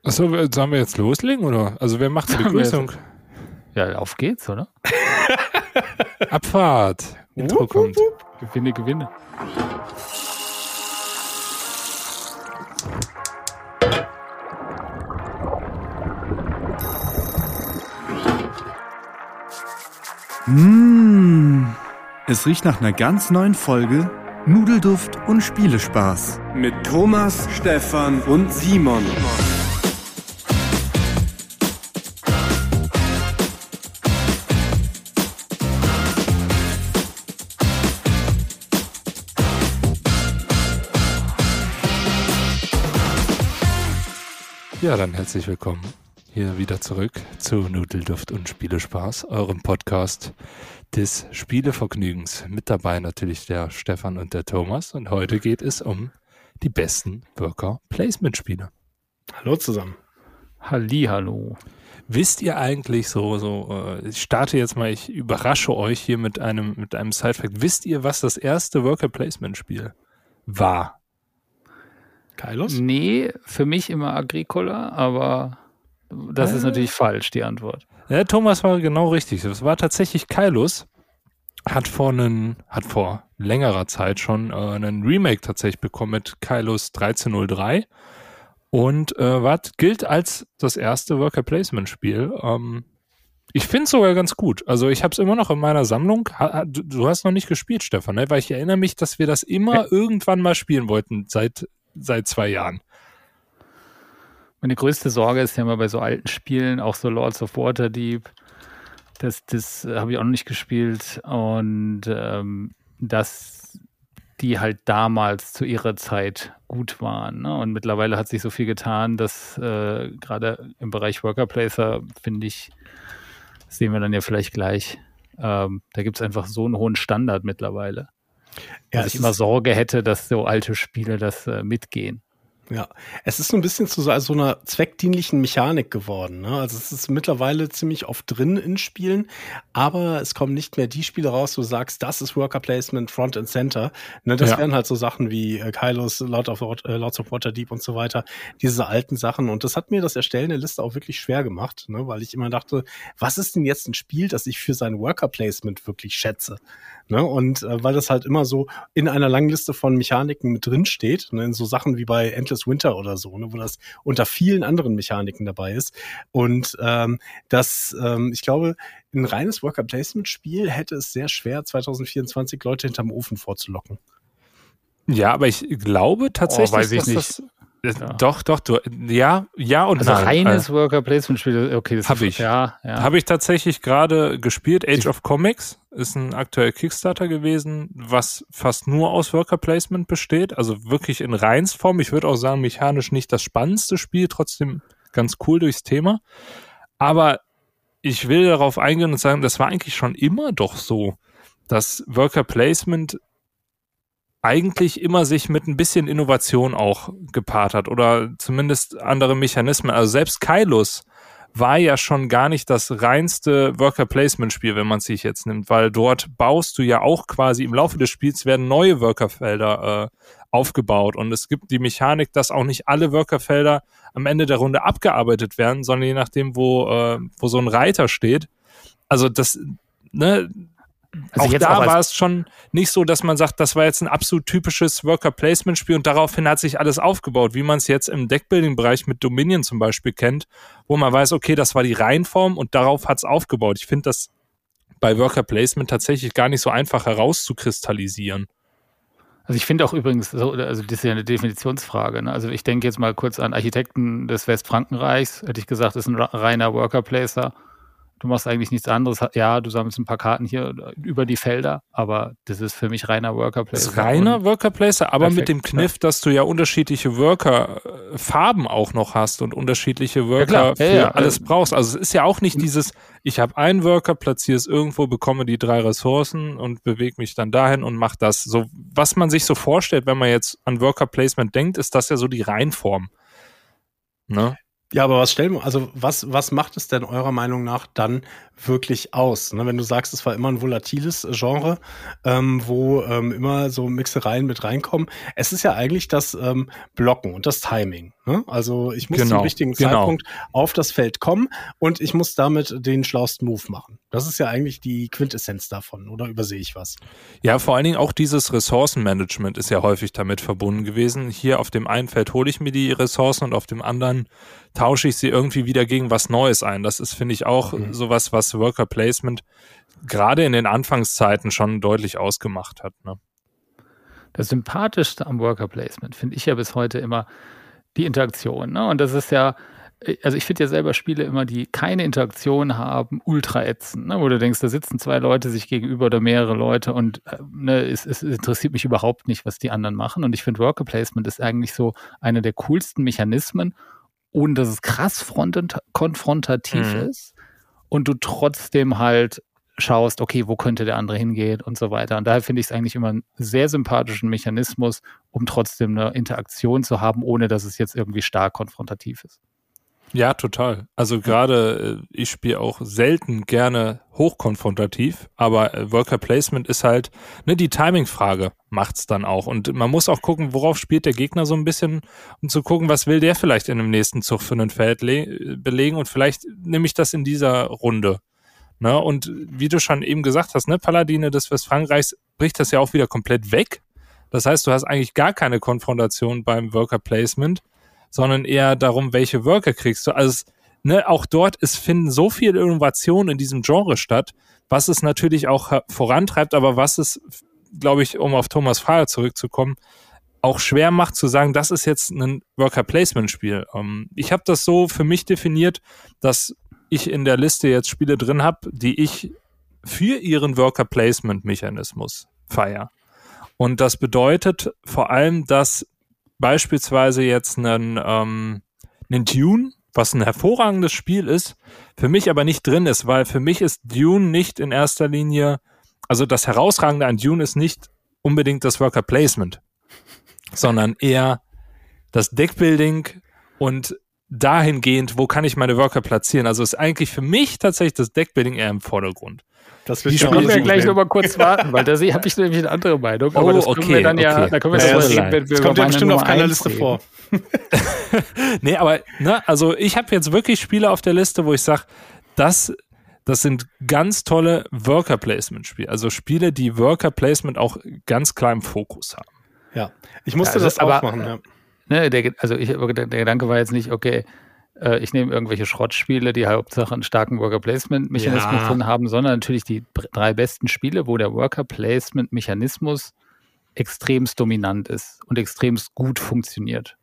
Achso, sollen wir jetzt loslegen, oder? Also wer macht die Begrüßung? Ja, auf geht's, oder? Abfahrt. Intro kommt. Gewinne. Es riecht nach einer ganz neuen Folge Nudelduft und Spielespaß. Mit Thomas, Stefan und Simon. Ja, dann herzlich willkommen hier wieder zurück zu Nudelduft und Spielespaß, eurem Podcast des Spielevergnügens. Mit dabei natürlich der Stefan und der Thomas. Und heute geht es um die besten Worker-Placement-Spiele. Hallo zusammen. Hallihallo. Wisst ihr eigentlich ich starte jetzt mal, ich überrasche euch hier mit einem Side-Fact. Wisst ihr, was das erste Worker-Placement-Spiel war? Kylos? Nee, für mich immer Agricola, aber das ist natürlich falsch, die Antwort. Ja, Thomas war genau richtig. Es war tatsächlich Kylos. Hat vor längerer Zeit schon einen Remake tatsächlich bekommen mit Kylos 1303 und gilt als das erste Worker-Placement-Spiel. Ich finde es sogar ganz gut. Also ich habe es immer noch in meiner Sammlung. Du hast noch nicht gespielt, Stefan, ne? Weil ich erinnere mich, dass wir das immer irgendwann mal spielen wollten, seit 2 Jahren. Meine größte Sorge ist ja immer bei so alten Spielen, auch so Lords of Waterdeep, das habe ich auch noch nicht gespielt und dass die halt damals zu ihrer Zeit gut waren. Ne? Und mittlerweile hat sich so viel getan, dass gerade im Bereich Worker Placer, finde ich, das sehen wir dann ja vielleicht gleich, da gibt es einfach so einen hohen Standard mittlerweile. Ja, dass ich immer Sorge hätte, dass so alte Spiele das mitgehen. Ja, es ist so ein bisschen zu so einer zweckdienlichen Mechanik geworden. Ne? Also es ist mittlerweile ziemlich oft drin in Spielen, aber es kommen nicht mehr die Spiele raus, wo du sagst, das ist Worker Placement Front and Center. Ne, das wären halt so Sachen wie Kylos, Lords of Waterdeep und so weiter, diese alten Sachen. Und das hat mir das Erstellen der Liste auch wirklich schwer gemacht, ne? Weil ich immer dachte, was ist denn jetzt ein Spiel, das ich für sein Worker Placement wirklich schätze? Ne? Und weil das halt immer so in einer langen Liste von Mechaniken mit drin steht, ne? In so Sachen wie bei Endless Winter oder so, ne? Wo das unter vielen anderen Mechaniken dabei ist. Und ich glaube, ein reines Worker-Placement-Spiel hätte es sehr schwer, 2024 Leute hinterm Ofen vorzulocken. Ja, aber ich glaube tatsächlich, weiß ich dass nicht. Doch, ja und also nein. Reines Worker-Placement-Spiel, okay, das habe ich. Ja. Habe ich tatsächlich gerade gespielt. Age of Comics ist ein aktueller Kickstarter gewesen, was fast nur aus Worker-Placement besteht, also wirklich in Reinsform. Ich würde auch sagen, mechanisch nicht das spannendste Spiel, trotzdem ganz cool durchs Thema. Aber ich will darauf eingehen und sagen, das war eigentlich schon immer doch so, dass Worker-Placement eigentlich immer sich mit ein bisschen Innovation auch gepaart hat oder zumindest andere Mechanismen. Also selbst Kylos war ja schon gar nicht das reinste Worker-Placement-Spiel, wenn man es sich jetzt nimmt, weil dort baust du ja auch quasi im Laufe des Spiels werden neue Workerfelder aufgebaut und es gibt die Mechanik, dass auch nicht alle Workerfelder am Ende der Runde abgearbeitet werden, sondern je nachdem, wo so ein Reiter steht. Also das, ne, also auch da war es schon nicht so, dass man sagt, das war jetzt ein absolut typisches Worker-Placement-Spiel und daraufhin hat sich alles aufgebaut, wie man es jetzt im Deckbuilding-Bereich mit Dominion zum Beispiel kennt, wo man weiß, okay, das war die Reihenform und darauf hat es aufgebaut. Ich finde das bei Worker-Placement tatsächlich gar nicht so einfach herauszukristallisieren. Also ich finde auch übrigens, also das ist ja eine Definitionsfrage. Ne? Also ich denke jetzt mal kurz an Architekten des Westfrankenreichs, hätte ich gesagt, ist ein reiner Worker-Placer. Du machst eigentlich nichts anderes. Ja, du sammelst ein paar Karten hier über die Felder, aber das ist für mich reiner Worker-Placer. Das ist reiner Worker-Placer, aber perfekt, mit dem Kniff, dass du ja unterschiedliche Worker-Farben auch noch hast und unterschiedliche Worker für alles brauchst. Also es ist ja auch nicht dieses, ich habe einen Worker, platziere es irgendwo, bekomme die 3 Ressourcen und bewege mich dann dahin und mache das. So, was man sich so vorstellt, wenn man jetzt an Worker-Placement denkt, ist das ja so die Reihenform. Ne? Ja, aber was macht es denn eurer Meinung nach dann wirklich aus? Ne, wenn du sagst, es war immer ein volatiles Genre, wo immer so Mixereien mit reinkommen. Es ist ja eigentlich das Blocken und das Timing. Also ich muss zum richtigen Zeitpunkt auf das Feld kommen und ich muss damit den schlauesten Move machen. Das ist ja eigentlich die Quintessenz davon, oder übersehe ich was? Ja, vor allen Dingen auch dieses Ressourcenmanagement ist ja häufig damit verbunden gewesen. Hier auf dem einen Feld hole ich mir die Ressourcen und auf dem anderen tausche ich sie irgendwie wieder gegen was Neues ein. Das ist, finde ich, auch sowas, was Worker Placement gerade in den Anfangszeiten schon deutlich ausgemacht hat. Ne? Das Sympathischste am Worker Placement finde ich ja bis heute immer die Interaktion. Ne? Und das ist ja, also ich finde ja selber Spiele immer, die keine Interaktion haben, ultra ätzend. Ne? Wo du denkst, da sitzen 2 Leute sich gegenüber oder mehrere Leute und es interessiert mich überhaupt nicht, was die anderen machen. Und ich finde, Worker Placement ist eigentlich so einer der coolsten Mechanismen, ohne dass es krass konfrontativ ist und du trotzdem halt schaust, okay, wo könnte der andere hingehen und so weiter. Und daher finde ich es eigentlich immer einen sehr sympathischen Mechanismus, um trotzdem eine Interaktion zu haben, ohne dass es jetzt irgendwie stark konfrontativ ist. Ja, total. Also gerade ich spiele auch selten gerne hochkonfrontativ, aber Worker Placement ist halt, die Timing-Frage macht's dann auch. Und man muss auch gucken, worauf spielt der Gegner so ein bisschen, um zu gucken, was will der vielleicht in dem nächsten Zug für ein Feld belegen und vielleicht nehme ich das in dieser Runde. Ne? Und wie du schon eben gesagt hast, Paladine des Westfrankreichs bricht das ja auch wieder komplett weg. Das heißt, du hast eigentlich gar keine Konfrontation beim Worker Placement, sondern eher darum, welche Worker kriegst du. Also auch dort finden so viel Innovation in diesem Genre statt, was es natürlich auch vorantreibt, aber was es, glaube ich, um auf Thomas' Frage zurückzukommen, auch schwer macht zu sagen, das ist jetzt ein Worker Placement Spiel. Ich habe das so für mich definiert, dass ich in der Liste jetzt Spiele drin habe, die ich für ihren Worker-Placement-Mechanismus feiere. Und das bedeutet vor allem, dass beispielsweise jetzt ein Dune, was ein hervorragendes Spiel ist, für mich aber nicht drin ist, weil für mich ist Dune nicht in erster Linie, also das Herausragende an Dune ist nicht unbedingt das Worker-Placement, sondern eher das Deckbuilding und dahingehend, wo kann ich meine Worker platzieren? Also ist eigentlich für mich tatsächlich das Deckbuilding eher im Vordergrund. Das können wir gleich noch mal kurz warten, weil da habe ich nämlich eine andere Meinung. Aber das können wir dann da können wir das reden, wenn wir das kommt ja bestimmt auf keiner Liste vor. Nee, aber also ich habe jetzt wirklich Spiele auf der Liste, wo ich sage, das sind ganz tolle Worker-Placement-Spiele. Also Spiele, die Worker-Placement auch ganz klar im Fokus haben. Ja, ich musste das auch machen, ja. Der Gedanke war jetzt nicht, okay, ich nehme irgendwelche Schrottspiele, die Hauptsache einen starken Worker-Placement-Mechanismus drin haben, sondern natürlich die 3 besten Spiele, wo der Worker-Placement-Mechanismus extremst dominant ist und extremst gut funktioniert.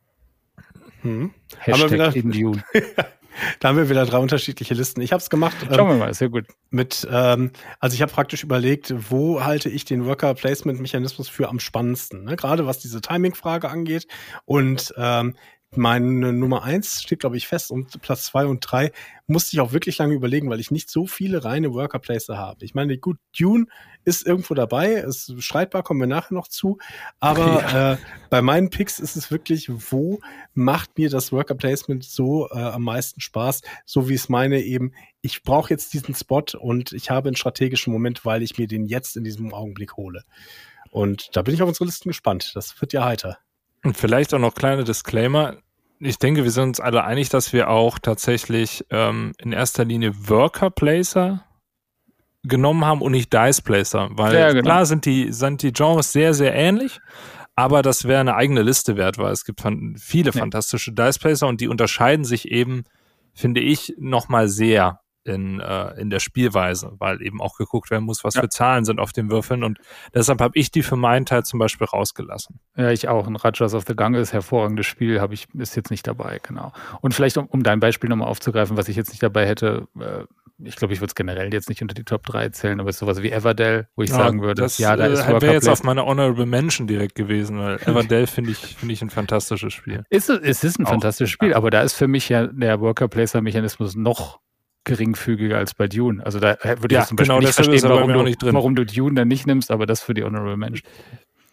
Hashtag in Dune. Da haben wir wieder 3 unterschiedliche Listen. Ich habe es gemacht. Schauen wir mal, sehr gut. Also ich habe praktisch überlegt, wo halte ich den Worker-Placement-Mechanismus für am spannendsten, ne? Gerade was diese Timing-Frage angeht. Und meine Nummer 1 steht, glaube ich, fest und Platz 2 und 3 musste ich auch wirklich lange überlegen, weil ich nicht so viele reine Worker-Placer habe. Ich meine, gut, Dune ist irgendwo dabei, ist streitbar, kommen wir nachher noch zu, aber bei meinen Picks ist es wirklich, wo macht mir das Worker-Placement so am meisten Spaß, so wie es meine eben, ich brauche jetzt diesen Spot und ich habe einen strategischen Moment, weil ich mir den jetzt in diesem Augenblick hole. Und da bin ich auf unsere Listen gespannt, das wird ja heiter. Und vielleicht auch noch kleine Disclaimer. Ich denke, wir sind uns alle einig, dass wir auch tatsächlich in erster Linie Worker-Placer genommen haben und nicht Dice-Placer. Weil klar sind die Genres sehr, sehr ähnlich, aber das wäre eine eigene Liste wert, weil es gibt viele fantastische Dice-Placer und die unterscheiden sich eben, finde ich, nochmal sehr in der Spielweise, weil eben auch geguckt werden muss, was für Zahlen sind auf den Würfeln und deshalb habe ich die für meinen Teil zum Beispiel rausgelassen. Ja, ich auch. Ein Rajas of the Ganges, hervorragendes Spiel, ist jetzt nicht dabei, genau. Und vielleicht, um dein Beispiel nochmal aufzugreifen, was ich jetzt nicht dabei hätte, ich glaube, ich würde es generell jetzt nicht unter die Top 3 zählen, aber es ist sowas wie Everdell, wo ich sagen würde, da ist wäre jetzt auf meine Honorable Mention direkt gewesen, weil Everdell finde ich ein fantastisches Spiel. Es ist ein fantastisches Spiel, aber da ist für mich ja der Worker-Placer-Mechanismus noch geringfügiger als bei Dune. Also da würde ich zum Beispiel nicht verstehen, warum du Dune dann nicht nimmst, aber das für die Honorable Mention.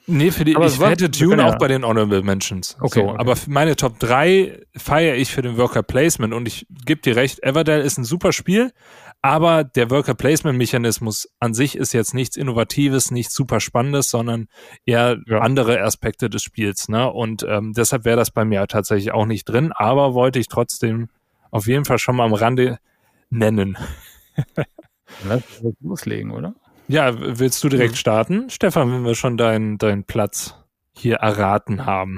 Nee, ich hätte Dune auch bei den Honorable Mentions. Okay. Aber für meine Top 3 feiere ich für den Worker Placement und ich gebe dir recht, Everdell ist ein super Spiel, aber der Worker Placement Mechanismus an sich ist jetzt nichts Innovatives, nichts super Spannendes, sondern eher andere Aspekte des Spiels, ne? Und deshalb wäre das bei mir tatsächlich auch nicht drin, aber wollte ich trotzdem auf jeden Fall schon mal am Rande nennen. Lass uns loslegen, oder? Ja, willst du direkt starten? Stefan, wenn wir schon deinen Platz hier erraten haben.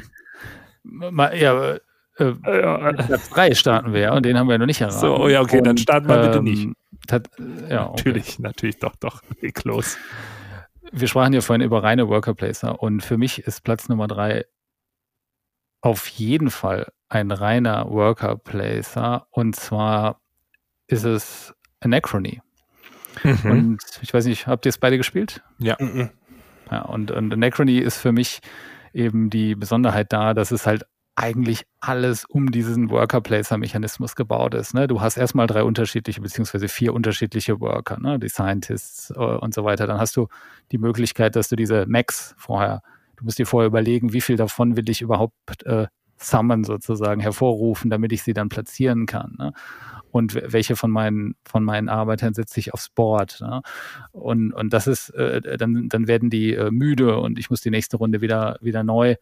Platz 3 starten wir, ja, und den haben wir noch nicht erraten. So, ja, okay, dann starten wir bitte nicht. Okay. Natürlich, doch, leg los. Wir sprachen ja vorhin über reine Worker Placer und für mich ist Platz Nummer 3 auf jeden Fall ein reiner Worker Placer und zwar ist es Anachrony. Und ich weiß nicht, habt ihr es beide gespielt? Ja. Ja, und Anachrony ist für mich eben die Besonderheit da, dass es halt eigentlich alles um diesen Worker-Placer-Mechanismus gebaut ist. Ne? Du hast erstmal 3 unterschiedliche, beziehungsweise 4 unterschiedliche Worker, ne? Die Scientists und so weiter. Dann hast du die Möglichkeit, dass du diese Max du musst dir vorher überlegen, wie viel davon will ich überhaupt summon sozusagen, hervorrufen, damit ich sie dann platzieren kann. Ne? Und welche von meinen Arbeitern setze ich aufs Board. Ne? Und das ist, dann werden die müde und ich muss die nächste Runde wieder neu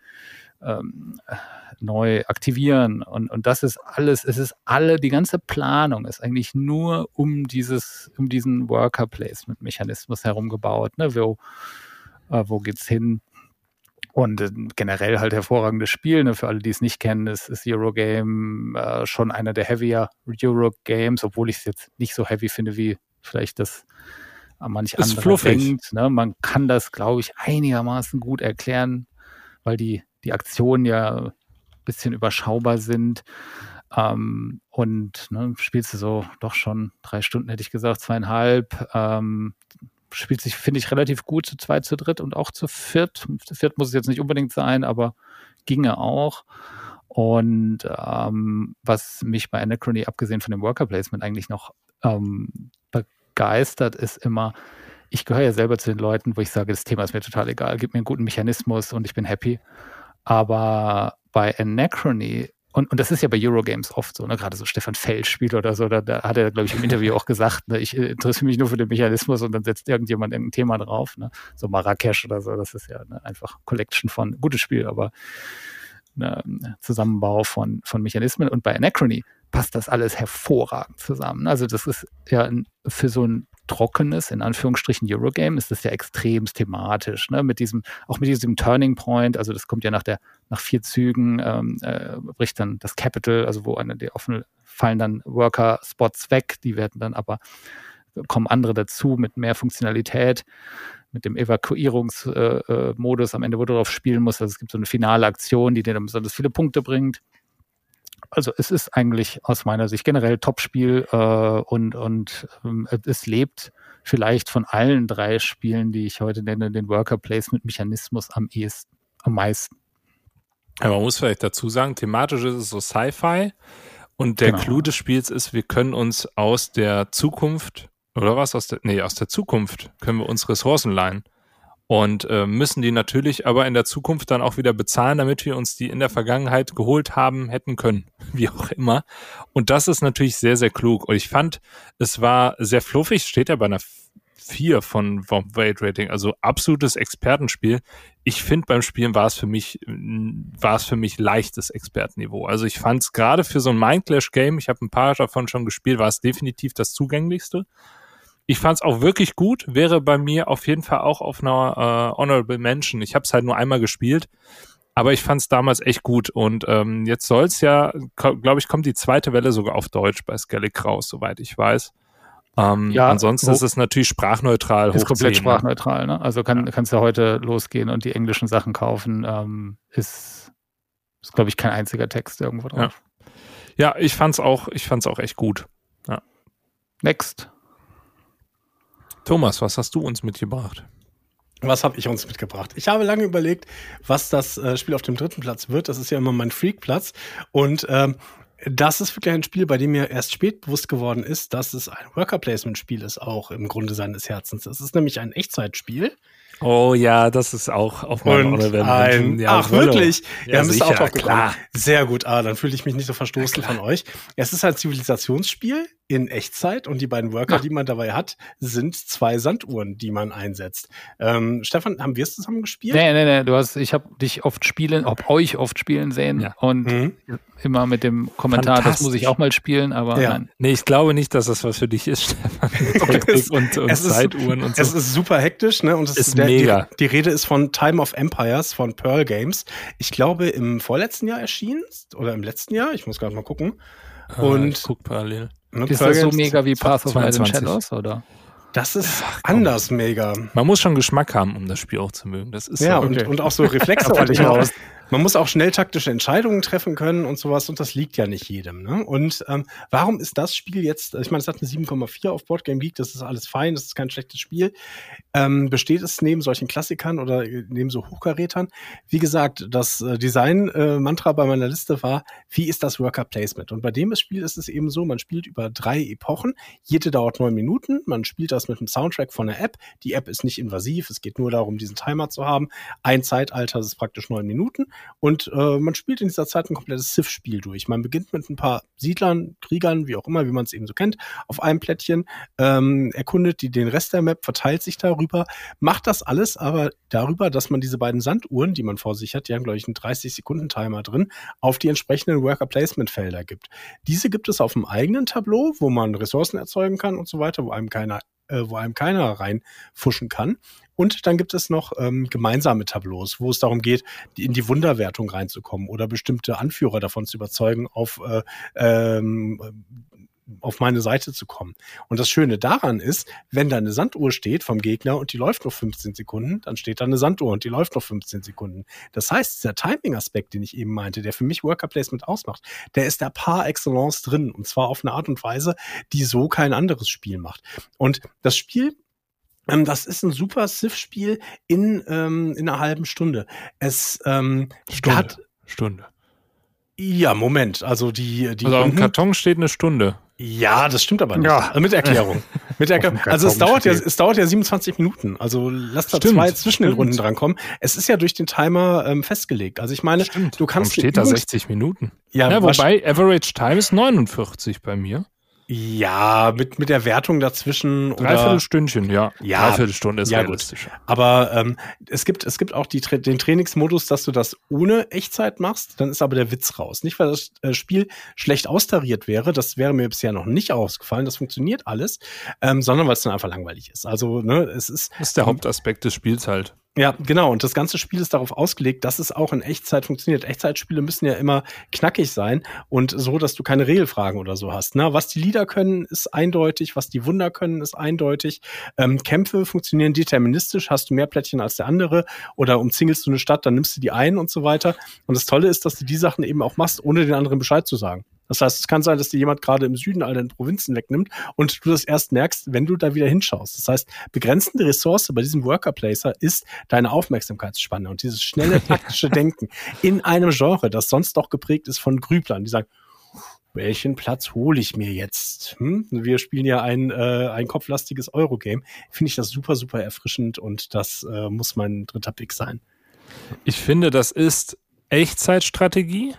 aktivieren. Und das ist alles, die ganze Planung ist eigentlich nur um diesen Worker-Placement-Mechanismus herum gebaut. Ne? Wo geht's hin? Und generell halt hervorragendes Spiel, ne? Für alle, die es nicht kennen, ist Eurogame schon einer der heavier Eurogames, obwohl ich es jetzt nicht so heavy finde, wie vielleicht das manch andere denkt. Ne? Man kann das, glaube ich, einigermaßen gut erklären, weil die Aktionen ja ein bisschen überschaubar sind. Und ne, spielst du so doch schon 3 Stunden, hätte ich gesagt, 2,5. Spielt sich, finde ich, relativ gut zu 2, zu 3 und auch zu 4. Zu 4 muss es jetzt nicht unbedingt sein, aber ginge auch. Und was mich bei Anachrony, abgesehen von dem Worker Placement, eigentlich noch begeistert, ist immer, ich gehöre ja selber zu den Leuten, wo ich sage, das Thema ist mir total egal, gib mir einen guten Mechanismus und ich bin happy. Aber bei Anachrony, und das ist ja bei Eurogames oft so, ne? Gerade so Stefan Feld spielt oder so, da hat er, glaube ich, im Interview auch gesagt, ne, ich interessiere mich nur für den Mechanismus und dann setzt irgendjemand irgendein Thema drauf. Ne? So Marrakesch oder so, das ist ja einfach Collection von, gutes Spiel, aber Zusammenbau von Mechanismen. Und bei Anachrony passt das alles hervorragend zusammen. Also das ist ja für so ein trockenes, in Anführungsstrichen, Eurogame ist das ja extremst thematisch, ne? Mit diesem Turning Point, also das kommt ja nach 4 Zügen, bricht dann das Capital, also wo fallen dann Worker-Spots weg, die werden dann aber, kommen andere dazu mit mehr Funktionalität, mit dem Evakuierungsmodus am Ende, wo du drauf spielen musst. Also es gibt so eine finale Aktion, die dir dann besonders viele Punkte bringt. Also es ist eigentlich aus meiner Sicht generell Top-Spiel und es lebt vielleicht von allen 3 Spielen, die ich heute nenne, den Worker-Placement-Mechanismus am meisten. Ja, man muss vielleicht dazu sagen, thematisch ist es so Sci-Fi und der Clou des Spiels ist, wir können uns aus der Zukunft aus der Zukunft können wir uns Ressourcen leihen. Und müssen die natürlich aber in der Zukunft dann auch wieder bezahlen, damit wir uns die in der Vergangenheit geholt haben, hätten können, wie auch immer. Und das ist natürlich sehr, sehr klug. Und ich fand, es war sehr fluffig, steht ja bei einer 4 von Weight Rating, also absolutes Expertenspiel. Ich finde, beim Spielen war es für mich leichtes Expertenniveau. Also ich fand es gerade für so ein Mindclash-Game, ich habe ein paar davon schon gespielt, war es definitiv das zugänglichste. Ich fand es auch wirklich gut, wäre bei mir auf jeden Fall auch auf einer Honorable Mention. Ich habe es halt nur einmal gespielt, aber ich fand es damals echt gut. Und jetzt soll es ja, glaube ich, kommt die 2. Welle sogar auf Deutsch bei Skellig raus, soweit ich weiß. Ansonsten ist es natürlich sprachneutral. Ist komplett sprachneutral, ne? Also kannst du heute losgehen und die englischen Sachen kaufen. Ist glaube ich, kein einziger Text irgendwo drauf. Ja, ich fand's auch echt gut. Ja. Next. Thomas, was hast du uns mitgebracht? Was habe ich uns mitgebracht? Ich habe lange überlegt, was das Spiel auf dem 3. Platz wird. Das ist ja immer mein Freak-Platz. Und Das ist wirklich ein Spiel, bei dem mir erst spät bewusst geworden ist, dass es ein Worker-Placement-Spiel ist, auch im Grunde seines Herzens. Es ist nämlich ein Echtzeitspiel. Oh ja, das ist auch auf meinem Ach, wirklich? Ja, bist du auch drauf gekommen. Klar. Sehr gut, dann fühle ich mich nicht so verstoßen von euch. Es ist ein Zivilisationsspiel in Echtzeit und die beiden Worker, die man dabei hat, sind 2 Sanduhren, die man einsetzt. Stefan, haben wir es zusammen gespielt? Nee. Ich habe euch oft spielen sehen und immer mit dem Kommentar, das muss ich auch mal spielen, aber nein. Nee, ich glaube nicht, dass das was für dich ist, Stefan. und Zeituhren und so. Es ist super hektisch, ne? Und es ist mega. Die Rede ist von Time of Empires von Pearl Games. Ich glaube, im vorletzten Jahr erschienen oder im letzten Jahr. Ich muss gerade mal gucken. Und ich guck parallel. Ist das so mega wie Path of Light and Shadows, oder? Das ist anders mega. Man muss schon Geschmack haben, um das Spiel auch zu mögen. Das ist und auch so Reflexe. Man muss auch schnell taktische Entscheidungen treffen können und sowas, und das liegt ja nicht jedem. Ne? Und warum ist das Spiel jetzt, ich meine, es hat eine 7,4 auf Board Game Geek, das ist alles fein, das ist kein schlechtes Spiel. Besteht es neben solchen Klassikern oder neben so Hochkarätern? Wie gesagt, das Design-Mantra bei meiner Liste war, wie ist das Worker Placement? Und bei dem Spiel ist es eben so, man spielt über 3 Epochen, jede dauert 9 Minuten, man spielt das mit einem Soundtrack von der App, die App ist nicht invasiv, es geht nur darum, diesen Timer zu haben, ein Zeitalter, das ist praktisch 9 Minuten. Und man spielt in dieser Zeit ein komplettes Civ-Spiel durch. Man beginnt mit ein paar Siedlern, Kriegern, wie auch immer, wie man es eben so kennt, auf einem Plättchen, erkundet den Rest der Map, verteilt sich darüber, macht das alles aber darüber, dass man diese beiden Sanduhren, die man vor sich hat, die haben, glaube ich, einen 30-Sekunden-Timer drin, auf die entsprechenden Worker-Placement-Felder gibt. Diese gibt es auf dem eigenen Tableau, wo man Ressourcen erzeugen kann und so weiter, wo einem keiner reinfuschen kann. Und dann gibt es noch gemeinsame Tableaus, wo es darum geht, in die Wunderwertung reinzukommen oder bestimmte Anführer davon zu überzeugen, auf meine Seite zu kommen. Und das Schöne daran ist, wenn da eine Sanduhr steht vom Gegner und die läuft noch 15 Sekunden, dann steht da eine Sanduhr und die läuft noch 15 Sekunden. Das heißt, dieser Timing-Aspekt, den ich eben meinte, der für mich Worker Placement ausmacht, der ist da par excellence drin. Und zwar auf eine Art und Weise, die so kein anderes Spiel macht. Und das Spiel, das ist ein super Civ-Spiel in einer halben Stunde. Stunde. Ja, Moment. Also also auf dem Karton steht eine Stunde. Ja, das stimmt aber nicht. Ja. Also mit Erklärung. Also es dauert ja 27 Minuten. Also lass da 2 zwischen den Runden drankommen. Es ist ja durch den Timer festgelegt. Also ich meine, du kannst. Warum steht da 60 Minuten? Ja, wobei Average Time ist 49 bei mir. Ja, mit der Wertung dazwischen. Dreiviertelstündchen, ja. Dreiviertelstunde ist realistisch. Gut. Aber es gibt auch den Trainingsmodus, dass du das ohne Echtzeit machst, dann ist aber der Witz raus. Nicht, weil das Spiel schlecht austariert wäre, das wäre mir bisher noch nicht ausgefallen, das funktioniert alles, sondern weil es dann einfach langweilig ist. Also, ne, es ist... Das ist der Hauptaspekt des Spiels halt. Ja, genau. Und das ganze Spiel ist darauf ausgelegt, dass es auch in Echtzeit funktioniert. Echtzeitspiele müssen ja immer knackig sein und so, dass du keine Regelfragen oder so hast. Ne? Was die Lieder können, ist eindeutig. Was die Wunder können, ist eindeutig. Kämpfe funktionieren deterministisch. Hast du mehr Plättchen als der andere oder umzingelst du eine Stadt, dann nimmst du die ein und so weiter. Und das Tolle ist, dass du die Sachen eben auch machst, ohne den anderen Bescheid zu sagen. Das heißt, es kann sein, dass dir jemand gerade im Süden all deine Provinzen wegnimmt und du das erst merkst, wenn du da wieder hinschaust. Das heißt, begrenzende Ressource bei diesem Worker Placer ist deine Aufmerksamkeitsspanne und dieses schnelle taktische Denken in einem Genre, das sonst doch geprägt ist von Grüblern, die sagen, welchen Platz hole ich mir jetzt? Wir spielen ja ein kopflastiges Eurogame. Finde ich das super, super erfrischend und das muss mein dritter Pick sein. Ich finde, das ist Echtzeitstrategie,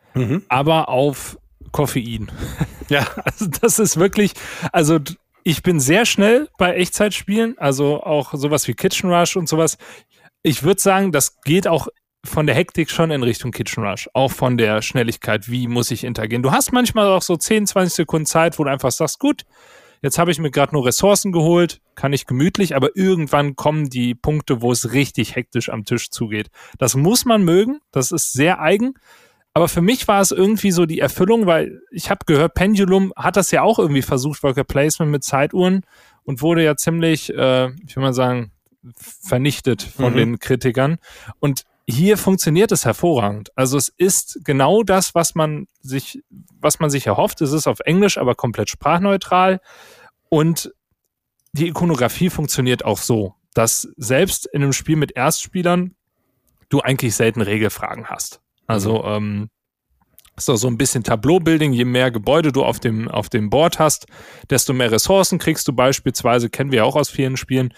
aber auf Koffein. Ja, also das ist wirklich, also ich bin sehr schnell bei Echtzeitspielen, also auch sowas wie Kitchen Rush und sowas. Ich würde sagen, das geht auch von der Hektik schon in Richtung Kitchen Rush, auch von der Schnelligkeit, wie muss ich interagieren. Du hast manchmal auch so 10, 20 Sekunden Zeit, wo du einfach sagst, gut, jetzt habe ich mir gerade nur Ressourcen geholt, kann ich gemütlich, aber irgendwann kommen die Punkte, wo es richtig hektisch am Tisch zugeht. Das muss man mögen, das ist sehr eigen. Aber für mich war es irgendwie so die Erfüllung, weil ich habe gehört, Pendulum hat das ja auch irgendwie versucht, Worker Placement mit Zeituhren und wurde ja ziemlich, ich will mal sagen, vernichtet von den Kritikern. Und hier funktioniert es hervorragend. Also es ist genau das, was man sich erhofft. Es ist auf Englisch, aber komplett sprachneutral. Und die Ikonografie funktioniert auch so, dass selbst in einem Spiel mit Erstspielern du eigentlich selten Regelfragen hast. Also ist auch so ein bisschen Tableau-Building. Je mehr Gebäude du auf dem Board hast, desto mehr Ressourcen kriegst du beispielsweise. Kennen wir auch aus vielen Spielen.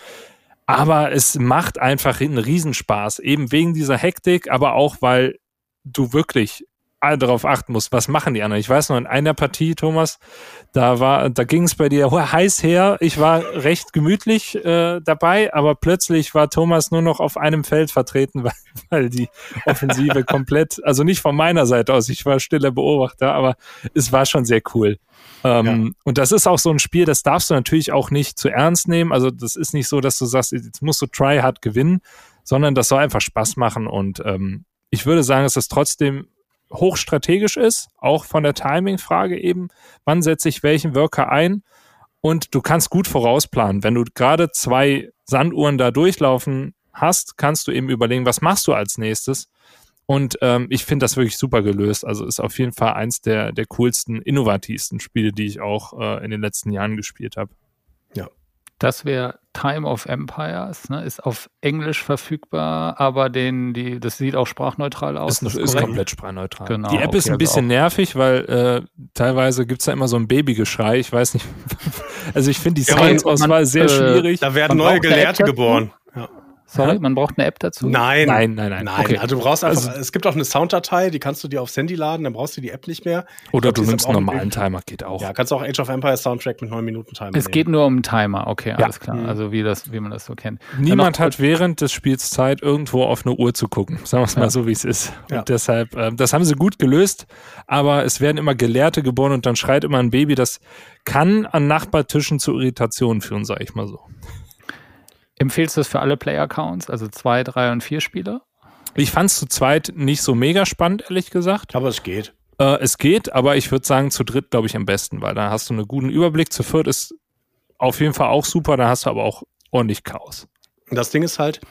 Aber es macht einfach einen Riesenspaß. Eben wegen dieser Hektik, aber auch, weil du wirklich darauf achten musst, was machen die anderen. Ich weiß noch, in einer Partie, Thomas, da ging es bei dir heiß her. Ich war recht gemütlich dabei, aber plötzlich war Thomas nur noch auf einem Feld vertreten, weil die Offensive komplett, also nicht von meiner Seite aus, ich war stiller Beobachter, aber es war schon sehr cool. Und das ist auch so ein Spiel, das darfst du natürlich auch nicht zu ernst nehmen. Also das ist nicht so, dass du sagst, jetzt musst du try hard gewinnen, sondern das soll einfach Spaß machen. Und ich würde sagen, dass es trotzdem hochstrategisch ist, auch von der Timing-Frage eben, wann setze ich welchen Worker ein, und du kannst gut vorausplanen. Wenn du gerade 2 Sanduhren da durchlaufen hast, kannst du eben überlegen, was machst du als nächstes, und ich finde das wirklich super gelöst. Also ist auf jeden Fall eins der coolsten, innovativsten Spiele, die ich auch in den letzten Jahren gespielt habe. Ja. Das wäre Time of Empires, ne? Ist auf Englisch verfügbar, aber das sieht auch sprachneutral aus. Ist komplett sprachneutral. Genau, die App ist ein bisschen nervig, weil teilweise gibt es da immer so ein Babygeschrei. Ich weiß nicht. Also ich finde die Sounds-Auswahl sehr schwierig. Da werden neue Gelehrte geboren. Ja. Sorry, man braucht eine App dazu? Nein. Okay. Also du brauchst einfach, es gibt auch eine Sounddatei, die kannst du dir aufs Handy laden, dann brauchst du die App nicht mehr. Oder du nimmst einen normalen Timer, geht auch. Ja, kannst du auch Age of Empires Soundtrack mit 9 Minuten Timer Es geht nur um einen Timer, okay, Ja. alles klar. Also wie man das so kennt. Niemand hat während des Spiels Zeit, irgendwo auf eine Uhr zu gucken. Sagen wir es mal so, wie es ist. Ja. Und deshalb, das haben sie gut gelöst, aber es werden immer Gelehrte geboren und dann schreit immer ein Baby. Das kann an Nachbartischen zu Irritationen führen, sage ich mal so. Empfehlst du es für alle Player-Accounts, also 2, 3 und 4 Spieler? Ich fand es zu zweit nicht so mega spannend, ehrlich gesagt. Aber es geht. Es geht, aber ich würde sagen, zu dritt, glaube ich, am besten, weil da hast du einen guten Überblick. Zu viert ist auf jeden Fall auch super, da hast du aber auch ordentlich Chaos. Das Ding ist halt,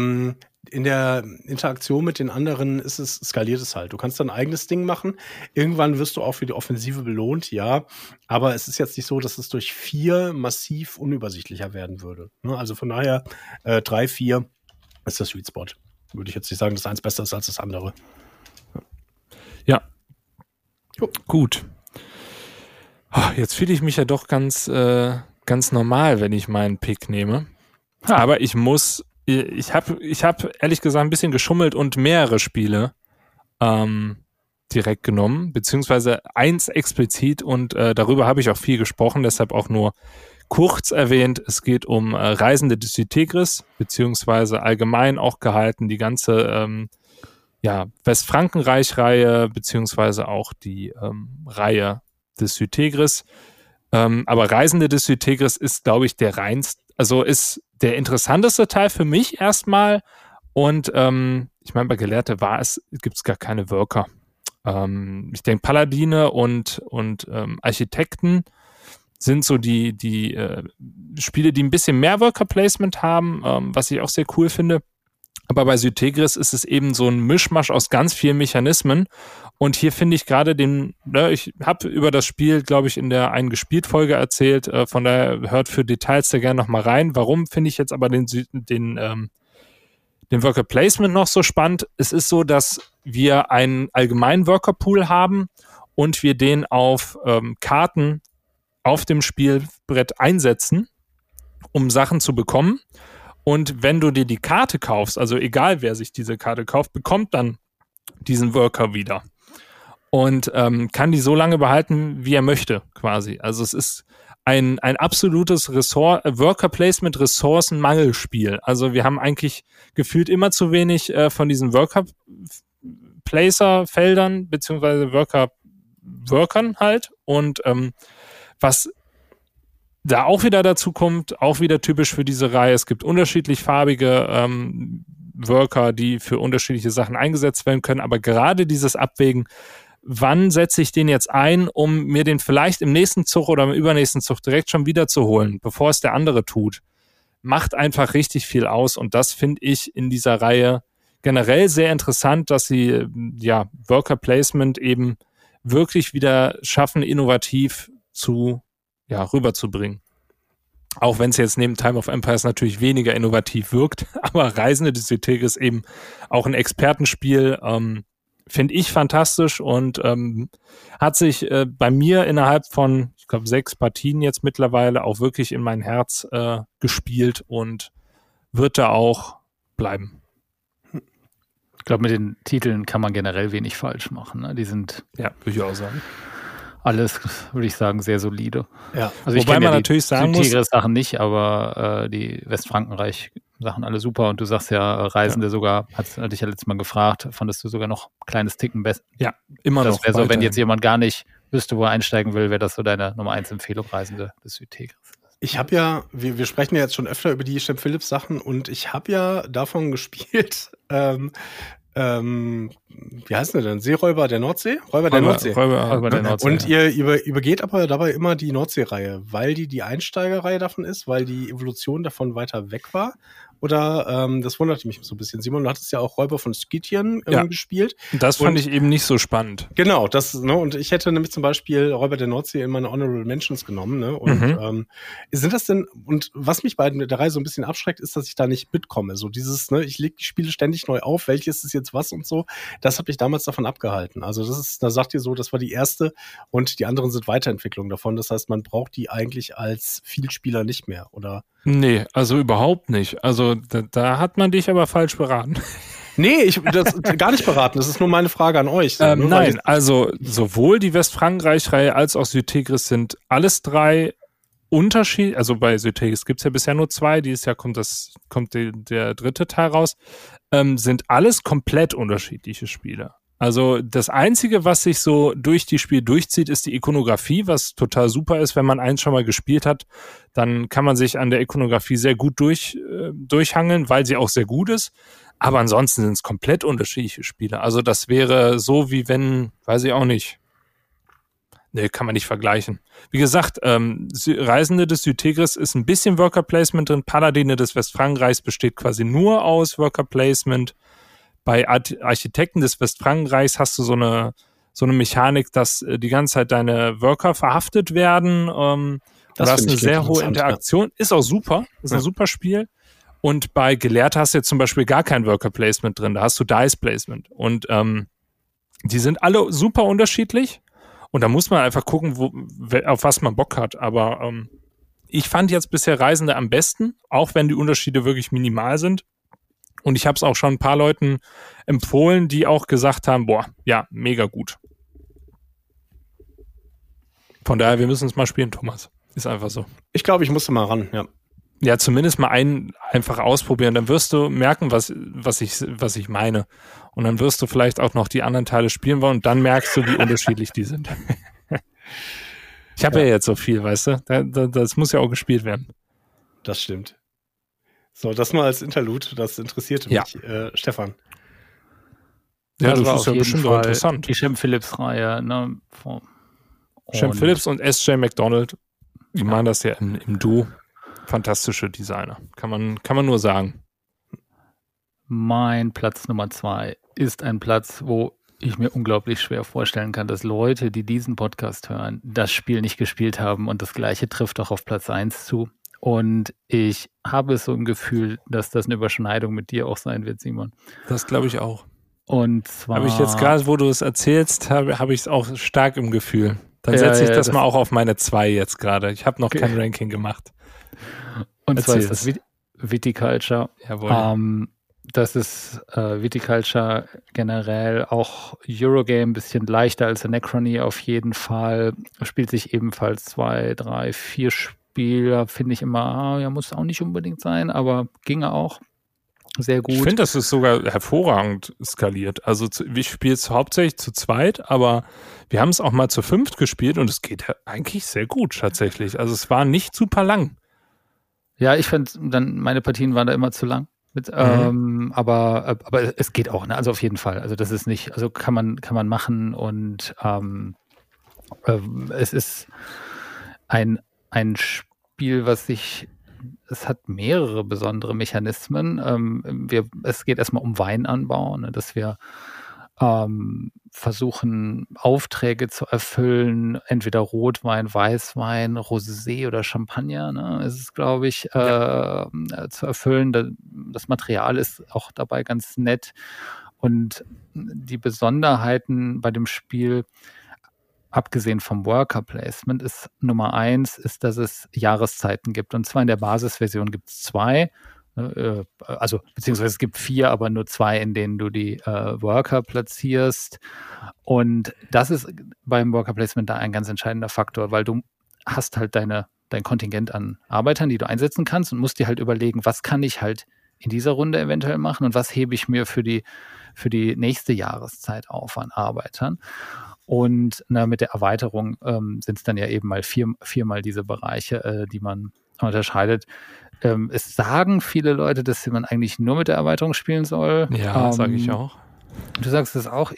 in der Interaktion mit den anderen skaliert es halt. Du kannst dein eigenes Ding machen. Irgendwann wirst du auch für die Offensive belohnt, ja. Aber es ist jetzt nicht so, dass es durch 4 massiv unübersichtlicher werden würde. Ne? Also von daher 3, 4 ist der Sweet Spot. Würde ich jetzt nicht sagen, dass eins besser ist als das andere. Ja. Jo. Gut. Jetzt fühle ich mich ja doch ganz normal, wenn ich meinen Pick nehme. Aber ich habe ehrlich gesagt ein bisschen geschummelt und mehrere Spiele direkt genommen, beziehungsweise eins explizit, und darüber habe ich auch viel gesprochen, deshalb auch nur kurz erwähnt. Es geht um Reisende des Südtigris, beziehungsweise allgemein auch gehalten die ganze Westfrankenreich-Reihe, beziehungsweise auch die Reihe des Südtigris. Aber Reisende des Südtigris ist, glaube ich, ist der interessanteste Teil für mich erstmal. Und ich meine, bei Gelehrte gibt es gar keine Worker. Ich denke, Paladine und Architekten sind so die Spiele, die ein bisschen mehr Worker-Placement haben, was ich auch sehr cool finde. Aber bei Südtigris ist es eben so ein Mischmasch aus ganz vielen Mechanismen. Und hier finde ich gerade ich habe über das Spiel, glaube ich, in der einen Gespielt-Folge erzählt, von daher hört für Details da gerne nochmal rein. Warum finde ich jetzt aber den Worker Placement noch so spannend? Es ist so, dass wir einen allgemeinen Worker Pool haben und wir den auf Karten auf dem Spielbrett einsetzen, um Sachen zu bekommen. Und wenn du dir die Karte kaufst, also egal wer sich diese Karte kauft, bekommt dann diesen Worker wieder. Und kann die so lange behalten, wie er möchte, quasi. Also es ist ein absolutes Worker-Placement Ressourcenmangelspiel. Also wir haben eigentlich gefühlt immer zu wenig von diesen Worker-Placer-Feldern, beziehungsweise Workern halt. Und was da auch wieder dazu kommt, auch wieder typisch für diese Reihe, es gibt unterschiedlich farbige Worker, die für unterschiedliche Sachen eingesetzt werden können, aber gerade dieses Abwägen, wann setze ich den jetzt ein, um mir den vielleicht im nächsten Zug oder im übernächsten Zug direkt schon wieder zu holen, bevor es der andere tut, macht einfach richtig viel aus, und das finde ich in dieser Reihe generell sehr interessant, dass sie Worker Placement eben wirklich wieder schaffen, innovativ rüberzubringen. Auch wenn es jetzt neben Time of Empires natürlich weniger innovativ wirkt, aber Reisende des Südtigris eben auch ein Expertenspiel, finde ich fantastisch und hat sich bei mir innerhalb von, ich glaube, 6 Partien jetzt mittlerweile auch wirklich in mein Herz gespielt und wird da auch bleiben. Ich glaube, mit den Titeln kann man generell wenig falsch machen. Ne? Die sind würde ich auch sagen. alles, würde ich sagen, sehr solide. Ja. Also ich Wobei kenne man ja natürlich sagen muss, Tigris-Sachen nicht, aber die Westfrankenreich-Sachen alle super. Und du sagst ja, Reisende sogar, hatte ich ja letztes Mal gefragt, fandest du sogar noch ein kleines Ticken besser. ja, immer Das noch. wäre so, wenn weiterhin. jetzt jemand gar nicht wüsste, wo er einsteigen will, wäre das so deine Nummer 1 Empfehlung, Reisende des Südtigris. Ich habe ja, wir sprechen ja jetzt schon öfter über die Shep Phillips Sachen und ich habe ja davon gespielt, wie heißt der denn? Seeräuber der Nordsee? Räuber der Nordsee. Räuber der Nordsee. Und ihr übergeht aber dabei immer die Nordsee-Reihe, weil die Einsteigerreihe davon ist, weil die Evolution davon weiter weg war? Oder das wunderte mich so ein bisschen. Simon, du hattest ja auch Räuber von Skythien gespielt. Das fand ich eben nicht so spannend. Genau, und ich hätte nämlich zum Beispiel Räuber der Nordsee in meine Honorable Mentions genommen, ne? Und sind das denn, und was mich bei der Reihe so ein bisschen abschreckt, ist, dass ich da nicht mitkomme. So dieses, ne, ich lege die Spiele ständig neu auf, welches ist jetzt was und so. Das hat mich damals davon abgehalten. Also da sagt ihr so, das war die erste und die anderen sind Weiterentwicklungen davon. Das heißt, man braucht die eigentlich als Vielspieler nicht mehr, oder? Nee, also überhaupt nicht. Also da hat man dich aber falsch beraten. Nee, das gar nicht beraten. Das ist nur meine Frage an euch. So, nein, also sowohl die Westfrankreich-Reihe als auch Südtigris sind alles 3 Unterschiede. Also bei Südtigris gibt es ja bisher nur 2. Dieses Jahr kommt der 3. Teil raus. Sind alles komplett unterschiedliche Spiele. Also das Einzige, was sich so durch die Spiel durchzieht, ist die Ikonografie, was total super ist. Wenn man eins schon mal gespielt hat, dann kann man sich an der Ikonografie sehr gut durchhangeln, weil sie auch sehr gut ist. Aber ansonsten sind es komplett unterschiedliche Spiele. Also das wäre so wie wenn, weiß ich auch nicht. Nee, kann man nicht vergleichen. Wie gesagt, Reisende des Südtigris ist ein bisschen Worker Placement drin. Paladine des Westfrankenreichs besteht quasi nur aus Worker Placement. Bei Architekten des Westfrankenreichs hast du so eine Mechanik, dass die ganze Zeit deine Worker verhaftet werden. Du hast eine sehr hohe Interaktion. Ja. Ist auch super. Ist ein super Spiel. Und bei Gelehrte hast du jetzt zum Beispiel gar kein Worker Placement drin. Da hast du Dice Placement. Und die sind alle super unterschiedlich. Und da muss man einfach gucken, auf was man Bock hat. Aber ich fand jetzt bisher Reisende am besten, auch wenn die Unterschiede wirklich minimal sind. Und ich habe es auch schon ein paar Leuten empfohlen, die auch gesagt haben, boah, ja, mega gut. Von daher, wir müssen es mal spielen, Thomas. Ist einfach so. Ich glaube, ich musste mal ran, ja. Ja, zumindest mal einen einfach ausprobieren. Dann wirst du merken, was ich meine. Und dann wirst du vielleicht auch noch die anderen Teile spielen wollen und dann merkst du, wie unterschiedlich die sind. Ich habe ja jetzt so viel, weißt du? Das muss ja auch gespielt werden. Das stimmt. So, das mal als Interlude, das interessierte mich. Stefan. Ja, das ist ja bestimmt auch interessant. Die Shep Phillips-Reihe, ne? Shep Phillips und S.J. McDonald, die machen das ja im Duo. Fantastische Designer. Kann man nur sagen. Mein Platz Nummer 2 ist ein Platz, wo ich mir unglaublich schwer vorstellen kann, dass Leute, die diesen Podcast hören, das Spiel nicht gespielt haben und das Gleiche trifft auch auf Platz 1 zu. Und ich habe so ein Gefühl, dass das eine Überschneidung mit dir auch sein wird, Simon. Das glaube ich auch. Und zwar habe ich jetzt gerade, wo du es erzählst, habe ich es auch stark im Gefühl. Dann setze ich das mal auch auf meine 2 jetzt gerade. Ich habe noch kein Ranking gemacht. Und zwar ist das Viticulture. Jawohl. Das ist Viticulture generell auch Eurogame, ein bisschen leichter als Anachrony auf jeden Fall. Spielt sich ebenfalls 2, 3, 4 Spieler, finde ich immer, muss auch nicht unbedingt sein, aber ginge auch sehr gut. Ich finde, das ist sogar hervorragend skaliert. Also wir spielen es hauptsächlich zu zweit, aber wir haben es auch mal zu 5 gespielt und es geht eigentlich sehr gut tatsächlich. Also es war nicht super lang. Ja, ich fand dann, meine Partien waren da immer zu lang. Aber es geht auch, ne? Also auf jeden Fall. Also das ist nicht, also kann man machen und es ist ein Spiel, es hat mehrere besondere Mechanismen. Es geht erstmal um Weinanbau, ne, dass wir versuchen, Aufträge zu erfüllen, entweder Rotwein, Weißwein, Rosé oder Champagner, ne, ist es, glaube ich, zu erfüllen. Das Material ist auch dabei ganz nett. Und die Besonderheiten bei dem Spiel, abgesehen vom Worker Placement, ist Nummer 1, ist, dass es Jahreszeiten gibt. Und zwar in der Basisversion gibt es 2, also beziehungsweise es gibt 4, aber nur 2, in denen du die Worker platzierst. Und das ist beim Worker Placement da ein ganz entscheidender Faktor, weil du hast halt dein Kontingent an Arbeitern, die du einsetzen kannst und musst dir halt überlegen, was kann ich halt in dieser Runde eventuell machen und was hebe ich mir für die nächste Jahreszeit auf an Arbeitern. Und mit der Erweiterung sind es dann ja eben mal viermal diese Bereiche, die man unterscheidet. Es sagen viele Leute, dass man eigentlich nur mit der Erweiterung spielen soll. Ja, sage ich auch. Du sagst es auch.